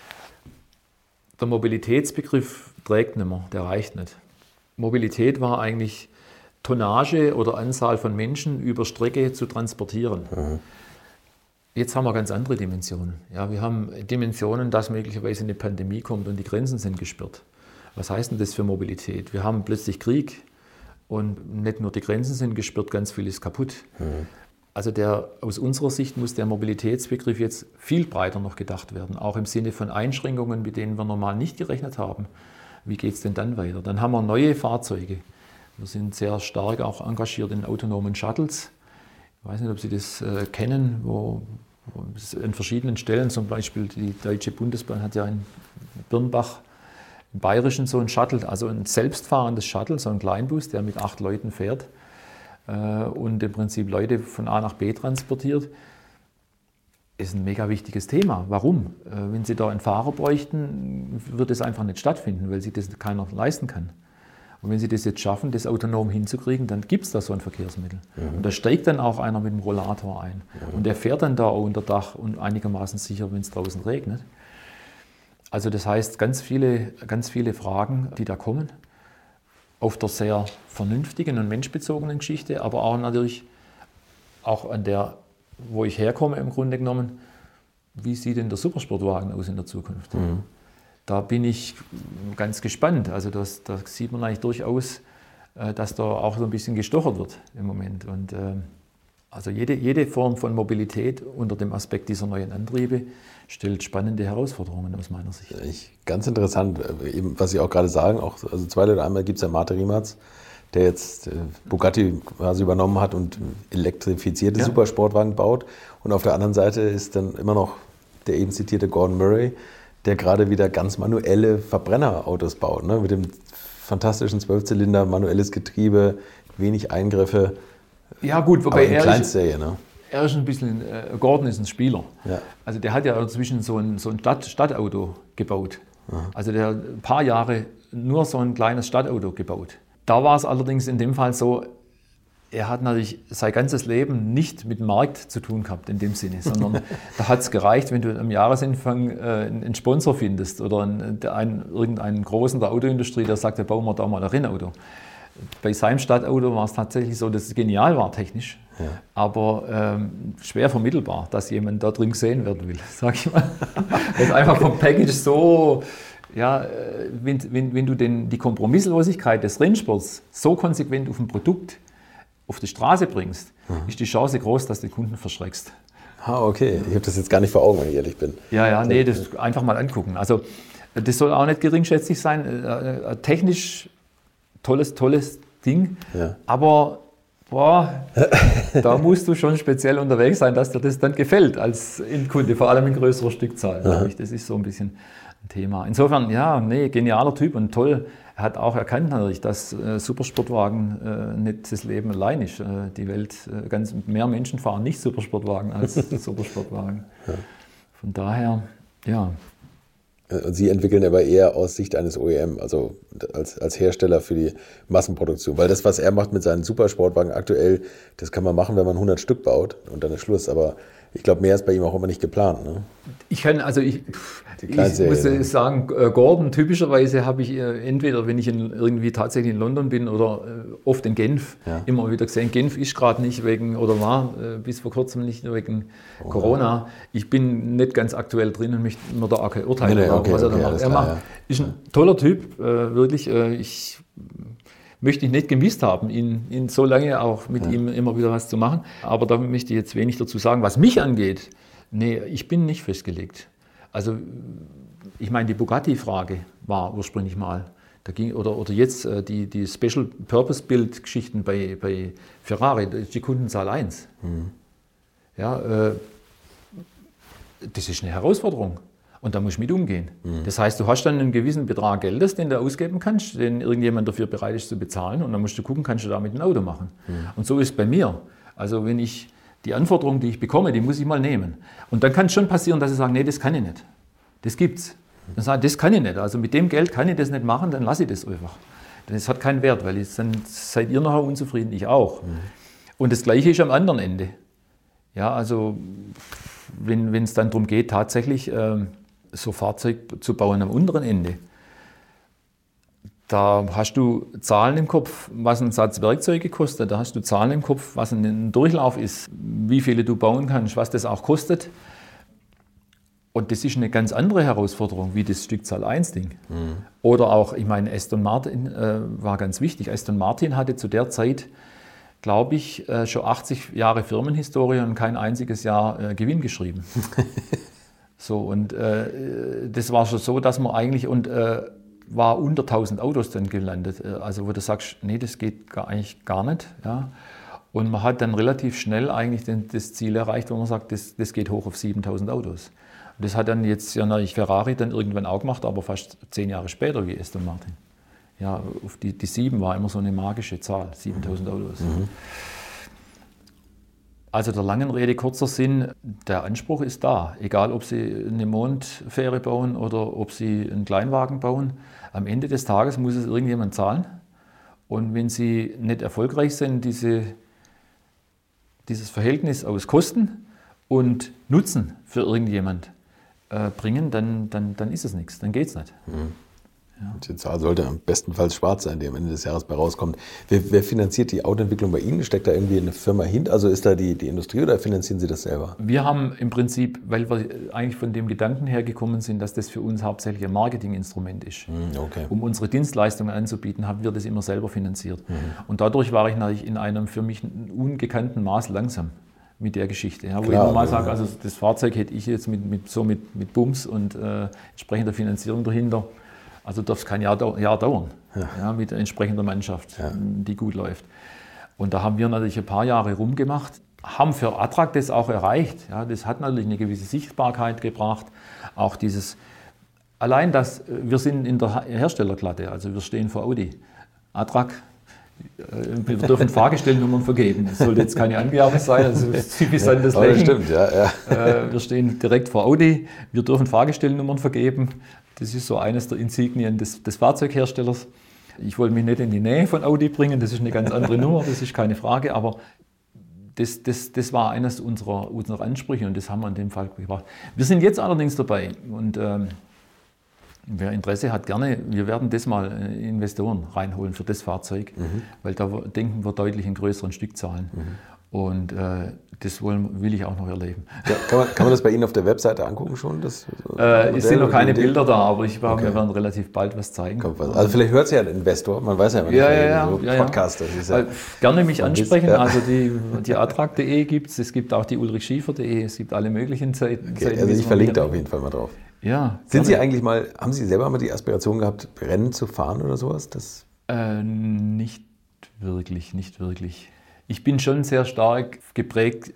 der Mobilitätsbegriff trägt nicht mehr, der reicht nicht. Mobilität war eigentlich Tonnage oder Anzahl von Menschen über Strecke zu transportieren. Mhm. Jetzt haben wir ganz andere Dimensionen. Ja, wir haben Dimensionen, dass möglicherweise eine Pandemie kommt und die Grenzen sind gesperrt. Was heißt denn das für Mobilität? Wir haben plötzlich Krieg Und nicht nur die Grenzen sind gespürt, ganz viel ist kaputt. Mhm. Also der, aus unserer Sicht muss der Mobilitätsbegriff jetzt viel breiter noch gedacht werden, auch im Sinne von Einschränkungen, mit denen wir normal nicht gerechnet haben. Wie geht es denn dann weiter? Dann haben wir neue Fahrzeuge. Wir sind sehr stark auch engagiert in autonomen Shuttles. Ich weiß nicht, ob Sie das äh, kennen, wo, wo an verschiedenen Stellen, zum Beispiel die Deutsche Bundesbahn hat ja in Birnbach im Bayerischen so ein Shuttle, also ein selbstfahrendes Shuttle, so ein Kleinbus, der mit acht Leuten fährt äh, und im Prinzip Leute von A nach B transportiert. Ist ein mega wichtiges Thema. Warum? Äh, wenn Sie da einen Fahrer bräuchten, wird es einfach nicht stattfinden, weil sich das keiner leisten kann. Und wenn Sie das jetzt schaffen, das autonom hinzukriegen, dann gibt es da so ein Verkehrsmittel. Mhm. Und da steigt dann auch einer mit dem Rollator ein. Mhm. Und der fährt dann da unter Dach und einigermaßen sicher, wenn es draußen regnet. Also das heißt, ganz viele, ganz viele Fragen, die da kommen, auf der sehr vernünftigen und menschbezogenen Geschichte, aber auch natürlich auch an der, wo ich herkomme im Grunde genommen, wie sieht denn der Supersportwagen aus in der Zukunft? Mhm. Da bin ich ganz gespannt. Also das, da sieht man eigentlich durchaus, dass da auch so ein bisschen gestochert wird im Moment. Und also jede, jede Form von Mobilität unter dem Aspekt dieser neuen Antriebe stellt spannende Herausforderungen aus meiner Sicht. Ich, ganz interessant, eben, was Sie auch gerade sagen. Auch, also zwei Leute, einmal gibt es ja Mate Rimac, der jetzt äh, Bugatti quasi übernommen hat und elektrifizierte ja. Supersportwagen baut. Und auf der anderen Seite ist dann immer noch der eben zitierte Gordon Murray, der gerade wieder ganz manuelle Verbrennerautos baut, ne? Mit dem fantastischen Zwölfzylinder, manuelles Getriebe, wenig Eingriffe. Ja gut, wobei er Kleinstserie, ne? Er ist ein bisschen, äh, Gordon ist ein Spieler. Ja. Also der hat ja inzwischen so ein, so ein Stadt, Stadtauto gebaut. Aha. Also der hat ein paar Jahre nur so ein kleines Stadtauto gebaut. Da war es allerdings in dem Fall so, er hat natürlich sein ganzes Leben nicht mit dem Markt zu tun gehabt in dem Sinne, sondern da hat es gereicht, wenn du am Jahresanfang äh, einen Sponsor findest oder einen, einen, irgendeinen Großen der Autoindustrie, der sagt, ja, bauen wir da mal ein Rennauto. Bei seinem Stadtauto war es tatsächlich so, dass es genial war technisch, ja. aber ähm, schwer vermittelbar, dass jemand da drin gesehen werden will, sag ich mal. Das ist einfach vom Package so, ja, wenn, wenn, wenn du den, die Kompromisslosigkeit des Rennsports so konsequent auf ein Produkt auf die Straße bringst, mhm. ist die Chance groß, dass du den Kunden verschreckst. Ah, okay. Ich habe das jetzt gar nicht vor Augen, wenn ich ehrlich bin. Ja, ja, nee, das einfach mal angucken. Also das soll auch nicht geringschätzig sein. Äh, technisch tolles, tolles Ding, ja. aber boah, da musst du schon speziell unterwegs sein, dass dir das dann gefällt als Endkunde, vor allem in größerer Stückzahl. Glaube ich. Das ist so ein bisschen ein Thema. Insofern, ja, nee, genialer Typ und toll. Er hat auch erkannt natürlich, dass äh, Supersportwagen äh, nicht das Leben allein ist. Äh, die Welt, äh, ganz mehr Menschen fahren nicht Supersportwagen als Supersportwagen. Ja. Von daher, ja. Und Sie entwickeln aber eher aus Sicht eines O E M, also als, als Hersteller für die Massenproduktion. Weil das, was er macht mit seinen Supersportwagen aktuell, das kann man machen, wenn man hundert Stück baut und dann ist Schluss. Aber ich glaube, mehr ist bei ihm auch immer nicht geplant. Ne? Ich kann, also ich, ich muss ne? sagen, Gordon, typischerweise habe ich entweder, wenn ich in, irgendwie tatsächlich in London bin oder oft in Genf, ja. immer wieder gesehen, Genf ist gerade nicht wegen, oder war bis vor kurzem nicht wegen oh, Corona. Ich bin nicht ganz aktuell drin und möchte mir da auch kein Urteil nee, nee, okay, was er okay, da macht. Er macht, ja. ist ein toller Typ, wirklich. Ich möchte ich nicht gemisst haben, ihn, ihn so lange auch mit ja. ihm immer wieder was zu machen. Aber da möchte ich jetzt wenig dazu sagen. Was mich angeht, nee, ich bin nicht festgelegt. Also ich meine, die Bugatti-Frage war ursprünglich mal, da ging, oder, oder jetzt äh, die, die Special-Purpose-Build-Geschichten bei, bei Ferrari, das ist die Kundenzahl eins. Mhm. Ja, äh, das ist eine Herausforderung. Und da musst du mit umgehen. Mhm. Das heißt, du hast dann einen gewissen Betrag Geldes, den du ausgeben kannst, den irgendjemand dafür bereit ist zu bezahlen. Und dann musst du gucken, kannst du damit ein Auto machen. Mhm. Und so ist es bei mir. Also wenn ich die Anforderungen, die ich bekomme, die muss ich mal nehmen. Und dann kann es schon passieren, dass ich sage, nee, das kann ich nicht. Das gibt's. Dann sage ich, das kann ich nicht. Also mit dem Geld kann ich das nicht machen, dann lasse ich das einfach. Das hat keinen Wert, weil jetzt dann seid ihr nachher unzufrieden, ich auch. Mhm. Und das Gleiche ist am anderen Ende. Ja, also wenn es dann darum geht, tatsächlich ähm, so Fahrzeug zu bauen am unteren Ende, da hast du Zahlen im Kopf, was ein Satz Werkzeuge kostet, da hast du Zahlen im Kopf, was ein, ein Durchlauf ist, wie viele du bauen kannst, was das auch kostet. Und das ist eine ganz andere Herausforderung wie das Stückzahl eins Ding. Mhm. Oder auch, ich meine, Aston Martin äh, war ganz wichtig. Aston Martin hatte zu der Zeit, glaube ich, äh, schon achtzig Jahre Firmenhistorie und kein einziges Jahr äh, Gewinn geschrieben. So, und äh, das war schon so, dass man eigentlich und äh, war unter tausend Autos dann gelandet. Also wo du sagst, nee, das geht gar, eigentlich gar nicht. Ja. Und man hat dann relativ schnell eigentlich den, das Ziel erreicht, wo man sagt, das, das geht hoch auf siebentausend Autos. Und das hat dann jetzt ja natürlich Ferrari dann irgendwann auch gemacht, aber fast zehn Jahre später wie Aston Martin. Ja, auf die, die sieben war immer so eine magische Zahl, siebentausend Autos. Mhm. Also der langen Rede kurzer Sinn, der Anspruch ist da. Egal, ob Sie eine Mondfähre bauen oder ob Sie einen Kleinwagen bauen. Am Ende des Tages muss es irgendjemand zahlen. Und wenn Sie nicht erfolgreich sind, diese, dieses Verhältnis aus Kosten und Nutzen für irgendjemand äh, bringen, dann, dann, dann ist es nichts, dann geht es nicht. Mhm. Ja. Die Zahl sollte am bestenfalls schwarz sein, die am Ende des Jahres bei rauskommt. Wer, wer finanziert die Autoentwicklung bei Ihnen? Steckt da irgendwie eine Firma hin? Also ist da die, die Industrie oder finanzieren Sie das selber? Wir haben im Prinzip, weil wir eigentlich von dem Gedanken hergekommen sind, dass das für uns hauptsächlich ein Marketinginstrument ist, okay. um unsere Dienstleistungen anzubieten, haben wir das immer selber finanziert. Mhm. Und dadurch war ich natürlich in einem für mich ungekannten Maß langsam mit der Geschichte. Ja, wo Klar, ich normal ja, sage, also das Fahrzeug hätte ich jetzt mit, mit, so mit, mit Bums und äh, entsprechender Finanzierung dahinter. Also darf es kein Jahr, Jahr dauern, ja. Ja, mit entsprechender Mannschaft, ja. die gut läuft. Und da haben wir natürlich ein paar Jahre rumgemacht, haben für Attrag das auch erreicht. Ja, das hat natürlich eine gewisse Sichtbarkeit gebracht. Auch dieses, allein das, wir sind in der Herstellerklasse, also wir stehen vor Audi. Attrag, wir dürfen Fahrgestellnummern vergeben. Das sollte jetzt keine Angabe sein, also typisch sein das ja, stimmt, ja, ja. Wir stehen direkt vor Audi, wir dürfen Fahrgestellnummern vergeben. Das ist so eines der Insignien des, des Fahrzeugherstellers. Ich wollte mich nicht in die Nähe von Audi bringen, das ist eine ganz andere Nummer, das ist keine Frage, aber das, das, das war eines unserer, unserer Ansprüche und das haben wir in dem Fall gebracht. Wir sind jetzt allerdings dabei und ähm, wer Interesse hat, gerne, wir werden das mal Investoren reinholen für das Fahrzeug, mhm. weil da denken wir deutlich in größeren Stückzahlen. Mhm. Und äh, das wollen, will ich auch noch erleben. Ja, kann, man, kann man das bei Ihnen auf der Webseite angucken schon? Das, äh, es sind noch keine Bilder da, aber ich glaube, okay. wir werden relativ bald was zeigen. Also vielleicht hört es ja ein Investor, man weiß ja immer nicht, ja, ja, ja, so ja, Podcast. Das ist ja äh, gerne mich ansprechen, ja. Also die, die attrag punkt de gibt es, es gibt auch die ulrich schiefer punkt de, es gibt alle möglichen Seiten. Okay, Seiten, also ich verlinke da auf jeden Fall mal drauf. Ja, Sind gerne. Sie eigentlich mal, haben Sie selber mal die Aspiration gehabt, Rennen zu fahren oder sowas? Das äh, nicht wirklich, nicht wirklich. Ich bin schon sehr stark geprägt,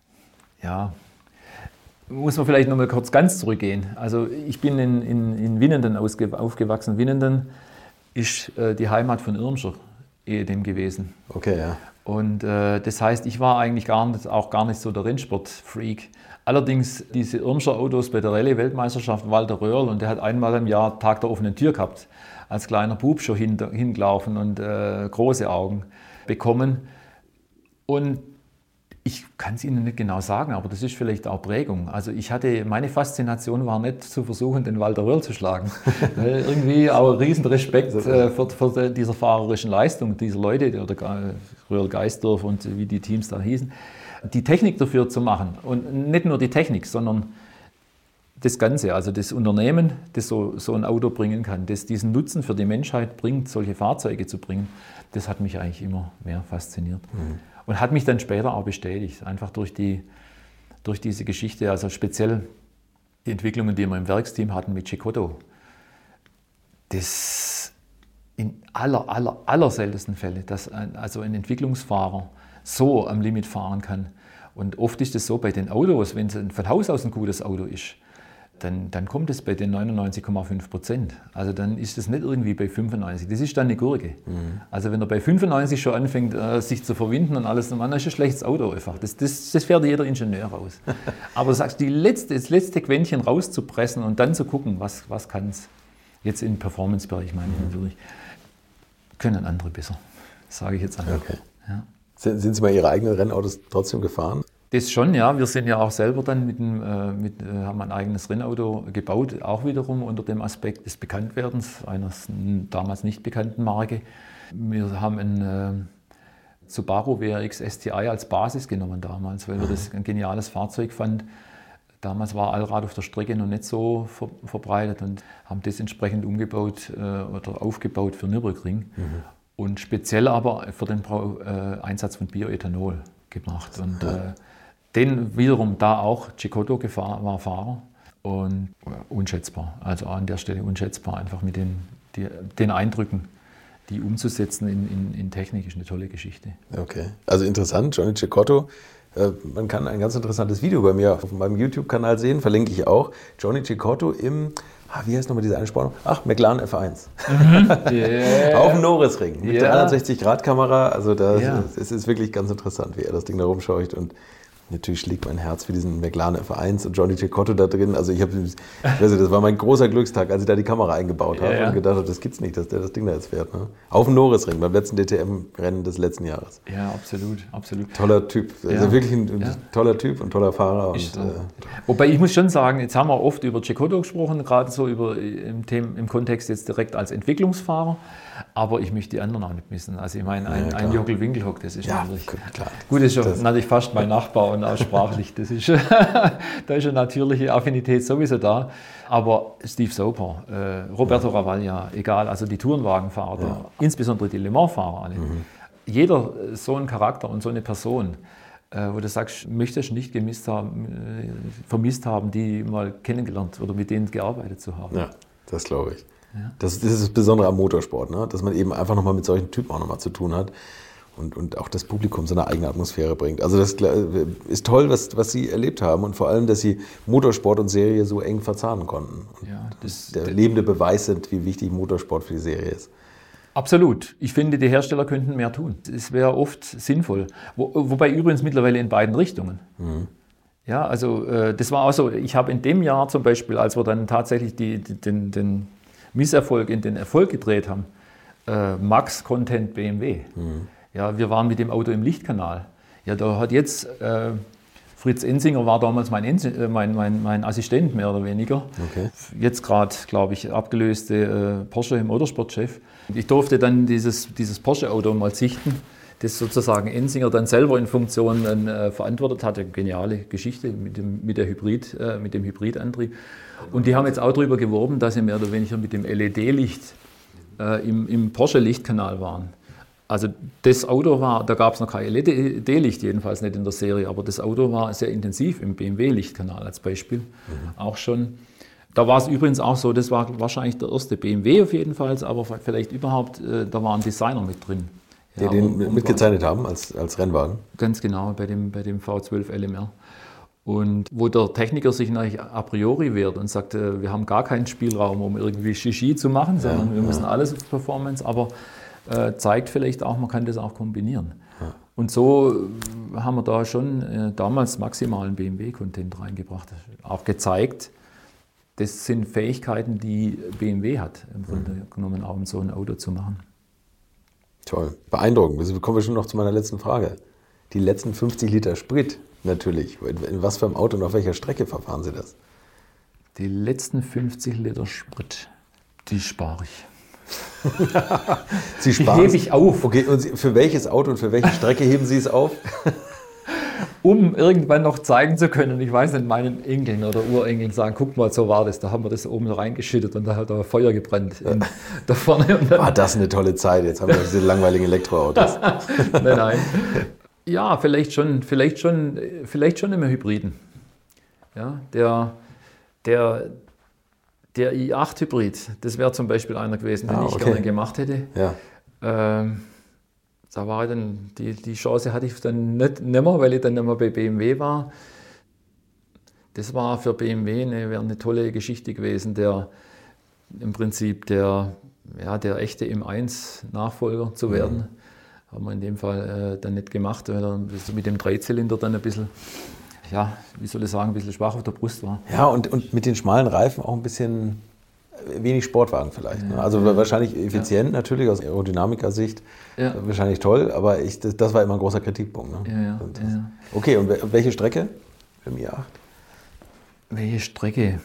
ja, muss man vielleicht noch mal kurz ganz zurückgehen. Also ich bin in, in, in Winnenden aufgewachsen. Winnenden ist äh, die Heimat von Irmscher ehedem gewesen. Okay, ja. Und äh, das heißt, ich war eigentlich gar nicht, auch gar nicht so der Rennsport-Freak. Allerdings diese Irmscher Autos bei der Rallye-Weltmeisterschaft, Walter Röhrl, und der hat einmal im Jahr Tag der offenen Tür gehabt, als kleiner Bub schon hin, hingelaufen und äh, große Augen bekommen. Und ich kann es Ihnen nicht genau sagen, aber das ist vielleicht auch Prägung. Also ich hatte, meine Faszination war nicht zu versuchen, den Walter Röhrl zu schlagen. Irgendwie auch riesen Respekt äh, für, für diese fahrerischen Leistung dieser Leute, oder Röhrl Geisdorf und wie die Teams da hießen, die Technik dafür zu machen. Und nicht nur die Technik, sondern das Ganze, also das Unternehmen, das so, so ein Auto bringen kann, das diesen Nutzen für die Menschheit bringt, solche Fahrzeuge zu bringen, das hat mich eigentlich immer mehr fasziniert. Mhm. Und hat mich dann später auch bestätigt, einfach durch, die, durch diese Geschichte, also speziell die Entwicklungen, die wir im Werksteam hatten mit Cecotto. Das in aller, aller, aller seltensten Fälle, dass ein, also ein Entwicklungsfahrer so am Limit fahren kann. Und oft ist es so bei den Autos, wenn es von Haus aus ein gutes Auto ist, dann, dann kommt es bei den neunundneunzig Komma fünf Prozent. Also dann ist es nicht irgendwie bei fünfundneunzig. Das ist dann eine Gurke. Mhm. Also wenn er bei fünfundneunzig schon anfängt, äh, sich zu verwinden und alles, dann ist es ein schlechtes Auto einfach. Das, das, das fährt jeder Ingenieur raus. Aber sagst, die letzte, das letzte Quäntchen rauszupressen und dann zu gucken, was, was kann es jetzt im Performance-Bereich, meine ich natürlich, können andere besser. Das sage ich jetzt einfach. Okay. Ja. Sind, sind Sie mal Ihre eigenen Rennautos trotzdem gefahren? Das schon, ja. Wir sind ja auch selber dann mit dem, äh, mit, äh, haben ein eigenes Rennauto gebaut, auch wiederum unter dem Aspekt des Bekanntwerdens einer damals nicht bekannten Marke. Wir haben ein äh, Subaru W R X S T I als Basis genommen damals, weil wir das ein geniales Fahrzeug fanden. Damals war Allrad auf der Strecke noch nicht so ver verbreitet und haben das entsprechend umgebaut äh, oder aufgebaut für Nürburgring. Mhm. Und speziell aber für den Brau äh, Einsatz von Bioethanol gemacht. Und ja. äh, den wiederum da auch Cecotto war Fahrer und äh, unschätzbar. Also an der Stelle unschätzbar, einfach mit den, die, den Eindrücken, die umzusetzen in, in, in Technik, ist eine tolle Geschichte. Okay, also interessant, Johnny Cecotto. Man kann ein ganz interessantes Video bei mir auf meinem YouTube-Kanal sehen, verlinke ich auch. Johnny Cecotto im, ah, wie heißt nochmal diese Einspannung? Ach, McLaren F eins. Mhm. Yeah. Auf dem Norrisring mit yeah. der dreihundertsechzig Grad Kamera. Also das, yeah. es ist wirklich ganz interessant, wie er das Ding da rumscheucht. Und natürlich schlägt mein Herz für diesen McLaren F eins und Johnny Cecotto da drin. Also ich habe, ich weiß nicht, das war mein großer Glückstag, als ich da die Kamera eingebaut habe ja, ja. und gedacht habe, das gibt's nicht, dass der das Ding da jetzt fährt. Ne? Auf dem Norrisring, beim letzten D T M-Rennen des letzten Jahres. Ja, absolut, absolut. Toller Typ, also ja. wirklich ein ja. toller Typ und toller Fahrer. Und, so. äh, Wobei ich muss schon sagen, jetzt haben wir oft über Cecotto gesprochen, gerade so über im, Thema, im Kontext jetzt direkt als Entwicklungsfahrer. Aber ich möchte die anderen auch nicht missen. Also ich meine, ein, ja, ein Jockel Winkelhock, das ist ja, natürlich, klar. Gut, das ist schon natürlich fast mein Nachbar und auch sprachlich. Das ist, da ist eine natürliche Affinität sowieso da. Aber Steve Soper, äh, Roberto ja. Ravaglia, egal, also die Tourenwagenfahrer, ja. insbesondere die Le Mans-Fahrer alle. Mhm. Jeder so ein Charakter und so eine Person, äh, wo du sagst, möchtest du nicht gemisst haben, äh, vermisst haben, die mal kennengelernt oder mit denen gearbeitet zu haben. Ja, das glaube ich. Ja. Das, das ist das Besondere am Motorsport, ne? Dass man eben einfach nochmal mit solchen Typen auch nochmal zu tun hat und, und auch das Publikum so eine eigene Atmosphäre bringt. Also das ist toll, was, was Sie erlebt haben und vor allem, dass Sie Motorsport und Serie so eng verzahnen konnten. Ja, das, der lebende Beweis sind, wie wichtig Motorsport für die Serie ist. Absolut. Ich finde, die Hersteller könnten mehr tun. Es wäre oft sinnvoll. Wo, wobei übrigens mittlerweile in beiden Richtungen. Mhm. Ja, also äh, das war auch so. Ich habe in dem Jahr zum Beispiel, als wir dann tatsächlich die, die, den, den Misserfolg in den Erfolg gedreht haben, äh, Max Content B M W. Mhm. Ja, wir waren mit dem Auto im Lichtkanal. Ja, da hat jetzt äh, Fritz Ensinger war damals mein, Ensi äh, mein, mein, mein Assistent mehr oder weniger. Okay. Jetzt gerade, glaube ich, abgelöste äh, Porsche Motorsportchef. Ich durfte dann dieses, dieses Porsche-Auto mal sichten, das sozusagen Ensinger dann selber in Funktion äh, verantwortet hatte. Geniale Geschichte mit dem, mit der Hybrid, äh, mit dem Hybridantrieb. Und die haben jetzt auch darüber geworben, dass sie mehr oder weniger mit dem L E D-Licht äh, im, im Porsche-Lichtkanal waren. Also das Auto war, da gab es noch kein L E D-Licht, jedenfalls nicht in der Serie, aber das Auto war sehr intensiv im B M W-Lichtkanal als Beispiel. Mhm. Auch schon. Da war es übrigens auch so, das war wahrscheinlich der erste B M W auf jeden Fall, aber vielleicht überhaupt, äh, da war ein Designer mit drin. Die ja, den um, mitgezeichnet haben als, als Rennwagen? Ganz genau, bei dem, bei dem V zwölf L M R. Und wo der Techniker sich natürlich a priori wehrt und sagt, äh, wir haben gar keinen Spielraum, um irgendwie Shishi zu machen, sondern ja, wir müssen ja. alles auf Performance, aber äh, zeigt vielleicht auch, man kann das auch kombinieren. Ja. Und so haben wir da schon äh, damals maximalen B M W-Content reingebracht. Auch gezeigt, das sind Fähigkeiten, die B M W hat, im Grunde mhm. genommen auch um so ein Auto zu machen. Toll, beeindruckend. Also kommen wir schon noch zu meiner letzten Frage. Die letzten fünfzig Liter Sprit. Natürlich. In was für einem Auto und auf welcher Strecke verfahren Sie das? Die letzten fünfzig Liter Sprit, die spare ich. Sie sparen? Die hebe ich auf. Okay, und Sie, für welches Auto und für welche Strecke heben Sie es auf? Um irgendwann noch zeigen zu können, ich weiß nicht, meinen Enkeln oder Urenkeln sagen, guck mal, so war das, da haben wir das oben reingeschüttet und da hat da Feuer gebrannt in, da vorne. Und dann war das eine tolle Zeit, jetzt haben wir diese langweiligen Elektroautos. Nein, nein. Ja, vielleicht schon, vielleicht schon, vielleicht schon immer Hybriden. Ja, der, der, der i acht Hybrid, das wäre zum Beispiel einer gewesen, den ah, okay. ich gerne gemacht hätte. Ja. Ähm, da war dann, die, die Chance hatte ich dann nicht, nicht mehr, weil ich dann nicht mehr bei B M W war. Das war für B M W eine, wäre eine tolle Geschichte gewesen, der im Prinzip der, ja, der echte M eins Nachfolger zu werden. Mhm. Haben wir in dem Fall äh, dann nicht gemacht, weil er mit dem Dreizylinder dann ein bisschen, ja, wie soll ich sagen, ein bisschen schwach auf der Brust war. Ja, und, und mit den schmalen Reifen auch ein bisschen wenig Sportwagen vielleicht. Ja, ne? Also ja. wahrscheinlich effizient ja. natürlich aus Aerodynamiker-Sicht, ja. wahrscheinlich toll, aber ich, das, das war immer ein großer Kritikpunkt. Ne? Ja, ja, das, ja. Okay, und welche Strecke im i acht? Welche Strecke?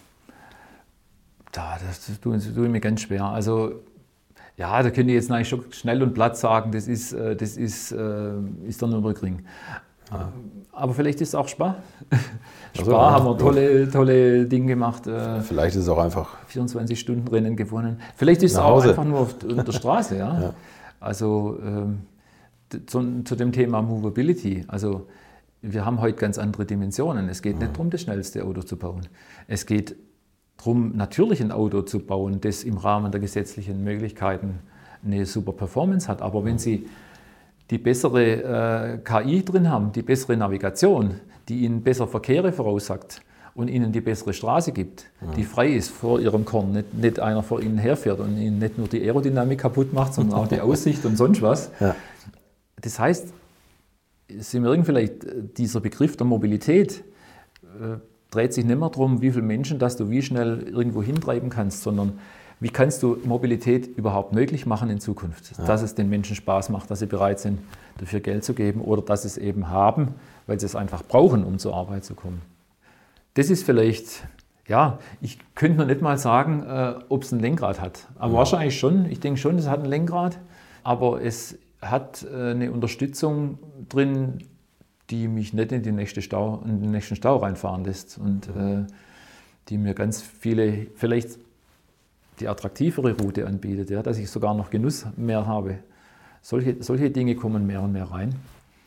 Da, das, das tue ich mir ganz schwer. Also ja, da könnte ich jetzt eigentlich schon schnell und platt sagen, das ist, das ist, ist der Nürburgring. Ja. Aber vielleicht ist es auch Spa. Spa also, haben wir tolle, tolle Dinge gemacht. Vielleicht ist es auch einfach vierundzwanzig-Stunden-Rennen gewonnen. Vielleicht ist es auch einfach nur auf der Straße. Ja? Ja. Also ähm, zu, zu dem Thema Movability. Also wir haben heute ganz andere Dimensionen. Es geht mhm. nicht darum, das schnellste Auto zu bauen. Es geht darum, natürlich ein Auto zu bauen, das im Rahmen der gesetzlichen Möglichkeiten eine super Performance hat. Aber wenn Sie die bessere äh, K I drin haben, die bessere Navigation, die Ihnen besser Verkehre voraussagt und Ihnen die bessere Straße gibt, ja. die frei ist vor Ihrem Korn, nicht, nicht einer vor Ihnen herfährt und Ihnen nicht nur die Aerodynamik kaputt macht, sondern auch die Aussicht und sonst was. Ja. Das heißt, Sie merken vielleicht, dieser Begriff der Mobilität äh, dreht sich nicht mehr darum, wie viele Menschen, dass du wie schnell irgendwo hintreiben kannst, sondern wie kannst du Mobilität überhaupt möglich machen in Zukunft? Ja. Dass es den Menschen Spaß macht, dass sie bereit sind, dafür Geld zu geben oder dass sie es eben haben, weil sie es einfach brauchen, um zur Arbeit zu kommen. Das ist vielleicht, ja, ich könnte noch nicht mal sagen, äh, ob es ein Lenkrad hat. Aber ja. wahrscheinlich schon. Ich denke schon, es hat ein Lenkrad. Aber es hat äh, eine Unterstützung drin, die mich nicht in, die nächste Stau, in den nächsten Stau reinfahren lässt. Und äh, die mir ganz viele, vielleicht die attraktivere Route anbietet, ja, dass ich sogar noch Genuss mehr habe. Solche, solche Dinge kommen mehr und mehr rein.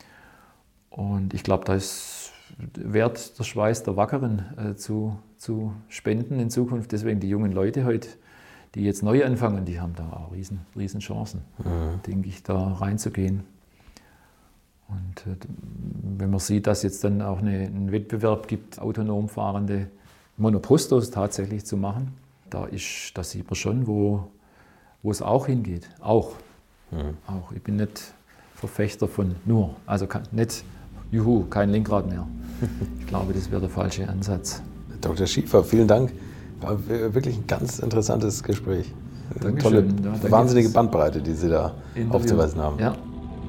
Und ich glaube, da ist wert, der Schweiß der Wackeren äh, zu, zu spenden in Zukunft. Deswegen die jungen Leute heute, die jetzt neu anfangen, die haben da auch riesen, riesen Chancen, mhm. denke ich, da reinzugehen. Und äh, wenn man sieht, dass jetzt dann auch eine, einen Wettbewerb gibt, autonom fahrende Monopostos tatsächlich zu machen, Da, ist, da sieht man schon, wo, wo es auch hingeht. Auch. Mhm. auch. Ich bin nicht Verfechter von nur. Also kann, nicht, juhu, kein Lenkrad mehr. Ich glaube, das wäre der falsche Ansatz. Doktor Schiefer, vielen Dank. War wirklich ein ganz interessantes Gespräch. Eine tolle, ja, wahnsinnige Bandbreite, die Sie da Interview. aufzuweisen haben. Ja.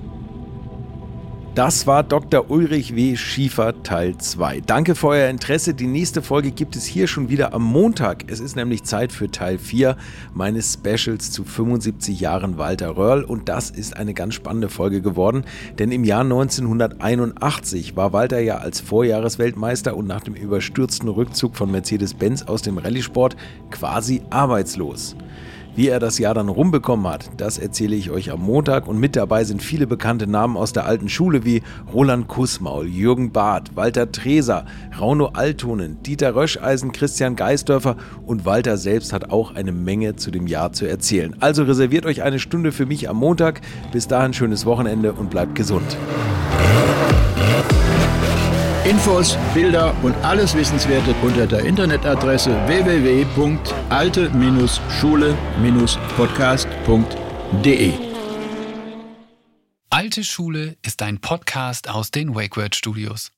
Das war Doktor Ulrich W. Schiefer Teil zwei. Danke für euer Interesse. Die nächste Folge gibt es hier schon wieder am Montag. Es ist nämlich Zeit für Teil vier meines Specials zu fünfundsiebzig Jahren Walter Röhrl. Und das ist eine ganz spannende Folge geworden, denn im Jahr neunzehnhunderteinundachtzig war Walter ja als Vorjahresweltmeister und nach dem überstürzten Rückzug von Mercedes-Benz aus dem Rallye-Sport quasi arbeitslos. Wie er das Jahr dann rumbekommen hat, das erzähle ich euch am Montag und mit dabei sind viele bekannte Namen aus der alten Schule wie Roland Kussmaul, Jürgen Barth, Walter Treser, Rauno Altonen, Dieter Röscheisen, Christian Geisdörfer und Walter selbst hat auch eine Menge zu dem Jahr zu erzählen. Also reserviert euch eine Stunde für mich am Montag. Bis dahin schönes Wochenende und bleibt gesund. Infos, Bilder und alles Wissenswerte unter der Internetadresse w w w punkt alte Schule Podcast punkt de. Alte Schule ist ein Podcast aus den WakeWord Studios.